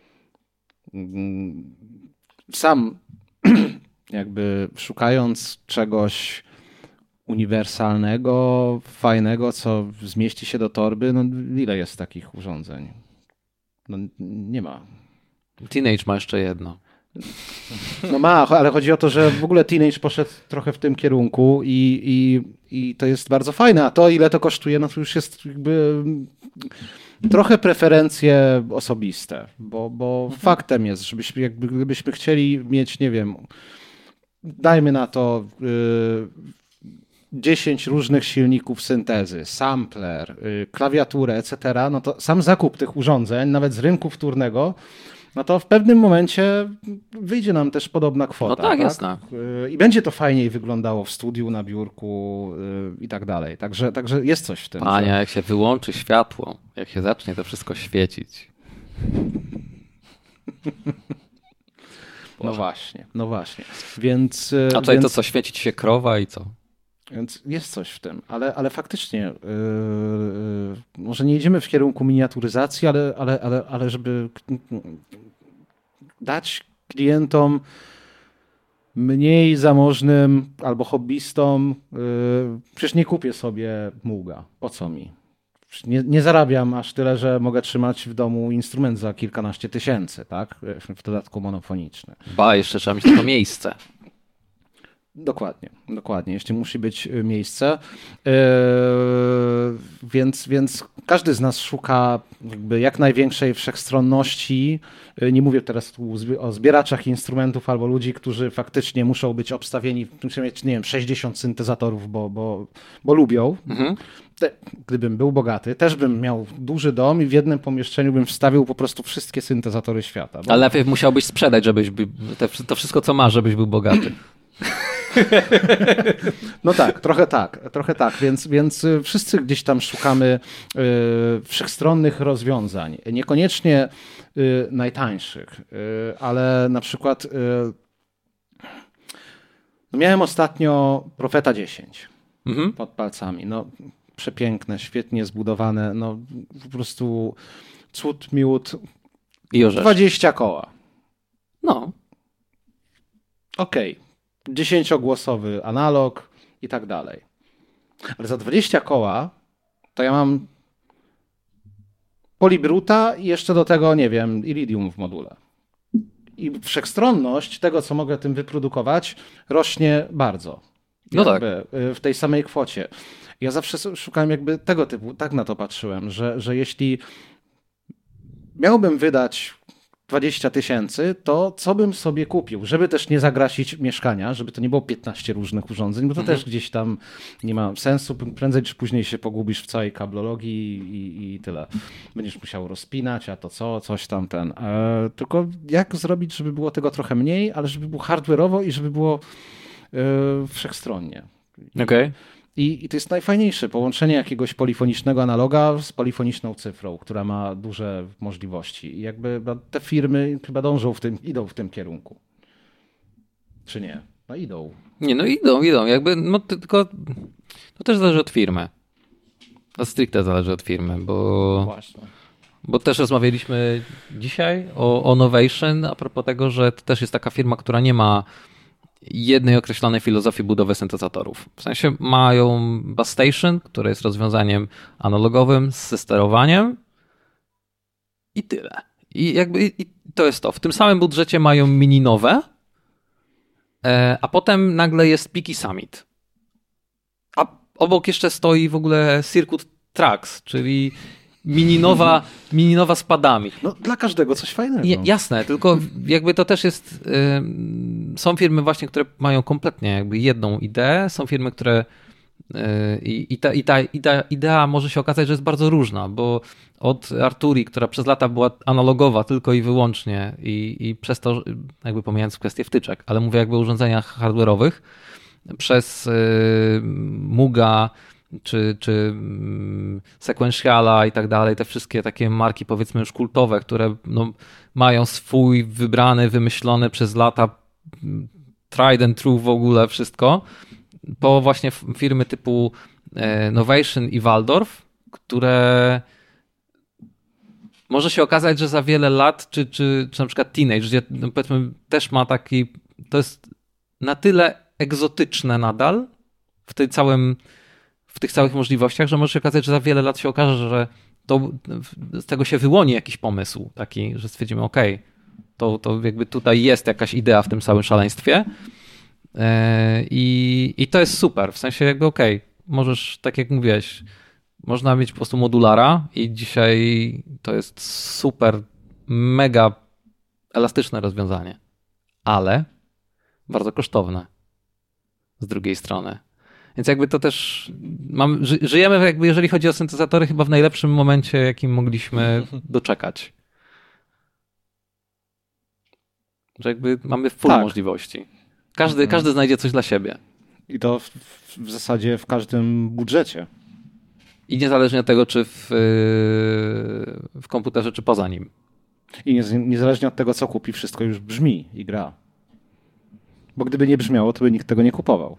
Sam jakby szukając czegoś uniwersalnego, fajnego, co zmieści się do torby, no ile jest takich urządzeń? No nie ma. Teenage ma jeszcze jedno. No ma, ale chodzi o to, że w ogóle Teenage poszedł trochę w tym kierunku i, i, i to jest bardzo fajne, a to ile to kosztuje, no to już jest jakby trochę preferencje osobiste, bo, bo faktem jest, żebyśmy, jakby, gdybyśmy chcieli mieć, nie wiem, dajmy na to yy, dziesięć różnych silników syntezy, sampler, yy, klawiaturę, et cetera, no to sam zakup tych urządzeń, nawet z rynku wtórnego, no to w pewnym momencie wyjdzie nam też podobna kwota. No tak, tak? jasne. I będzie to fajniej wyglądało w studiu, na biurku i tak dalej. Także, także jest coś w tym. Panie, że... jak się wyłączy światło, jak się zacznie to wszystko świecić. No właśnie, no właśnie. Więc, A tutaj więc... to co, świecić się krowa i co? Więc jest coś w tym, ale, ale faktycznie yy, yy, może nie idziemy w kierunku miniaturyzacji, ale, ale, ale, ale żeby dać klientom mniej zamożnym albo hobbystom, yy, przecież nie kupię sobie Muuga, po co mi? Nie, nie zarabiam aż tyle, że mogę trzymać w domu instrument za kilkanaście tysięcy, tak? W dodatku monofoniczny. Ba, jeszcze trzeba mieć tylko miejsce. Dokładnie, dokładnie. Jeszcze musi być miejsce. Yy, więc, więc każdy z nas szuka jakby jak największej wszechstronności. Yy, nie mówię teraz tu o zbieraczach instrumentów albo ludzi, którzy faktycznie muszą być obstawieni, muszą mieć, nie wiem, sześćdziesiąt syntezatorów, bo, bo, bo lubią. Mhm. Te, gdybym był bogaty, też bym miał duży dom i w jednym pomieszczeniu bym wstawił po prostu wszystkie syntezatory świata. Bo... Ale najpierw musiałbyś sprzedać, żebyś by, te, to wszystko, co masz, żebyś był bogaty. No tak, trochę tak, trochę tak, więc, więc wszyscy gdzieś tam szukamy y, wszechstronnych rozwiązań, niekoniecznie y, najtańszych, y, ale na przykład y, no miałem ostatnio Profeta dziesięć mhm. pod palcami, no przepiękne, świetnie zbudowane, no po prostu cud, miód, i dwadzieścia koła. No. Okej. Okay. dziesięciogłosowy analog i tak dalej. Ale za dwadzieścia koła to ja mam Polybruta i jeszcze do tego, nie wiem, Iridium w module. I wszechstronność tego, co mogę tym wyprodukować, rośnie bardzo. No tak. W tej samej kwocie. Ja zawsze szukałem jakby tego typu, tak na to patrzyłem, że, że jeśli miałbym wydać dwadzieścia tysięcy, to co bym sobie kupił, żeby też nie zagrasić mieszkania, żeby to nie było piętnaście różnych urządzeń, bo to mhm. też gdzieś tam nie ma sensu, prędzej czy później się pogubisz w całej kablologii i, i tyle. Będziesz musiał rozpinać, a to co, coś tam ten. E, tylko jak zrobić, żeby było tego trochę mniej, ale żeby było hardware'owo i żeby było e, wszechstronnie. Okej. Okay. I, I to jest najfajniejsze, połączenie jakiegoś polifonicznego analoga z polifoniczną cyfrą, która ma duże możliwości. I jakby te firmy chyba dążą w tym, idą w tym kierunku. Czy nie? No idą. Nie, no idą, idą. Jakby, no tylko to też zależy od firmy. To stricte zależy od firmy, bo... Właśnie. Bo też rozmawialiśmy dzisiaj o, o Novation, a propos tego, że to też jest taka firma, która nie ma jednej określonej filozofii budowy syntezatorów. W sensie mają Bus Station, które jest rozwiązaniem analogowym z sterowaniem i tyle. I jakby i to jest to. W tym samym budżecie mają mini nowe, a potem nagle jest Piki Summit. A obok jeszcze stoi w ogóle Circuit Tracks, czyli mininowa, mininowa z padami. No dla każdego coś fajnego. Je, jasne, tylko jakby to też jest... Yy, są firmy właśnie, które mają kompletnie jakby jedną ideę, są firmy, które yy, i, ta, i, ta, i ta idea może się okazać, że jest bardzo różna, bo od Arturii, która przez lata była analogowa tylko i wyłącznie i, i przez to, jakby pomijając kwestię wtyczek, ale mówię jakby o urządzeniach hardware'owych, przez yy, Muuga, czy, czy Sequentiala i tak dalej, te wszystkie takie marki powiedzmy już kultowe, które no, mają swój wybrany, wymyślony przez lata tried and true w ogóle wszystko, po właśnie firmy typu Novation i Waldorf, które może się okazać, że za wiele lat, czy, czy, czy na przykład Teenage, gdzie no, powiedzmy też ma taki, to jest na tyle egzotyczne nadal w tej całym w tych całych możliwościach, że może się okazać, że za wiele lat się okaże, że to, z tego się wyłoni jakiś pomysł taki, że stwierdzimy, ok, to, to jakby tutaj jest jakaś idea w tym całym szaleństwie i, i to jest super, w sensie jakby ok, możesz, tak jak mówiłeś, można mieć po prostu modulara i dzisiaj to jest super, mega elastyczne rozwiązanie, ale bardzo kosztowne. z drugiej strony. Więc jakby to też mam, ży, żyjemy jakby, jeżeli chodzi o syntezatory, chyba w najlepszym momencie, jakim mogliśmy doczekać. Że jakby mamy full tak. możliwości. Każdy, mhm. każdy znajdzie coś dla siebie. I to w, w zasadzie w każdym budżecie. I niezależnie od tego, czy w, w komputerze, czy poza nim. I nie, niezależnie od tego, co kupi, wszystko już brzmi i gra. Bo gdyby nie brzmiało, to by nikt tego nie kupował.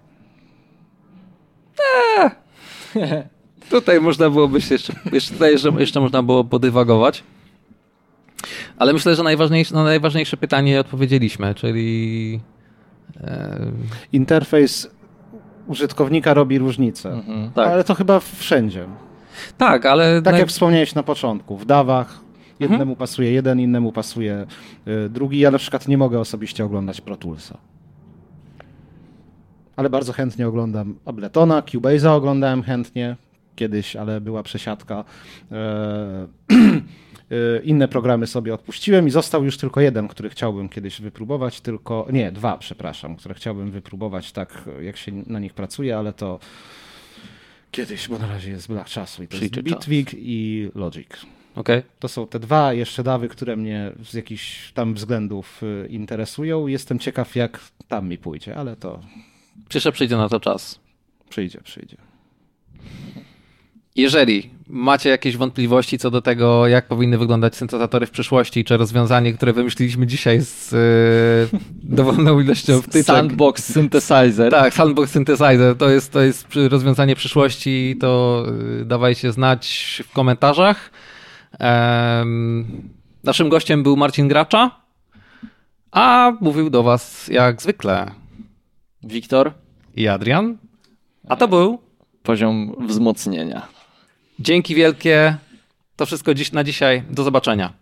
Eee. Tutaj można byłoby się jeszcze, jeszcze, tutaj jeszcze, jeszcze można było podywagować. Ale myślę, że najważniejsze, na najważniejsze pytanie odpowiedzieliśmy, czyli... E... Interfejs użytkownika robi różnicę. Mhm, tak. Ale to chyba wszędzie. Tak, ale... Tak naj... jak wspomniałeś na początku, w dawach jednemu mhm. pasuje jeden, innemu pasuje y, drugi. Ja na przykład nie mogę osobiście oglądać Pro Toolsa. Ale bardzo chętnie oglądam Abletona, Cubase'a oglądałem chętnie kiedyś, ale była przesiadka. Inne programy sobie odpuściłem i został już tylko jeden, który chciałbym kiedyś wypróbować, tylko, nie, dwa, przepraszam, które chciałbym wypróbować tak, jak się na nich pracuje, ale to kiedyś, bo na razie jest brak czasu. I to jest Bitwig i Logic. Okay. To są te dwa jeszcze dawy, które mnie z jakichś tam względów interesują. Jestem ciekaw, jak tam mi pójdzie, ale to... Przyszedł, przyjdzie na to czas. Przyjdzie, przyjdzie. Jeżeli macie jakieś wątpliwości co do tego, jak powinny wyglądać syntezatory w przyszłości, czy rozwiązanie, które wymyśliliśmy dzisiaj z yy, dowolną ilością wtyczek. Sandbox Synthesizer. Tak, Sandbox Synthesizer to jest, to jest rozwiązanie przyszłości, to yy, dawajcie znać w komentarzach. Um, naszym gościem był Marcin Gracza, a mówił do was jak zwykle Wiktor i Adrian, a to był Poziom Wzmocnienia. Dzięki wielkie. To wszystko dziś na dzisiaj. Do zobaczenia.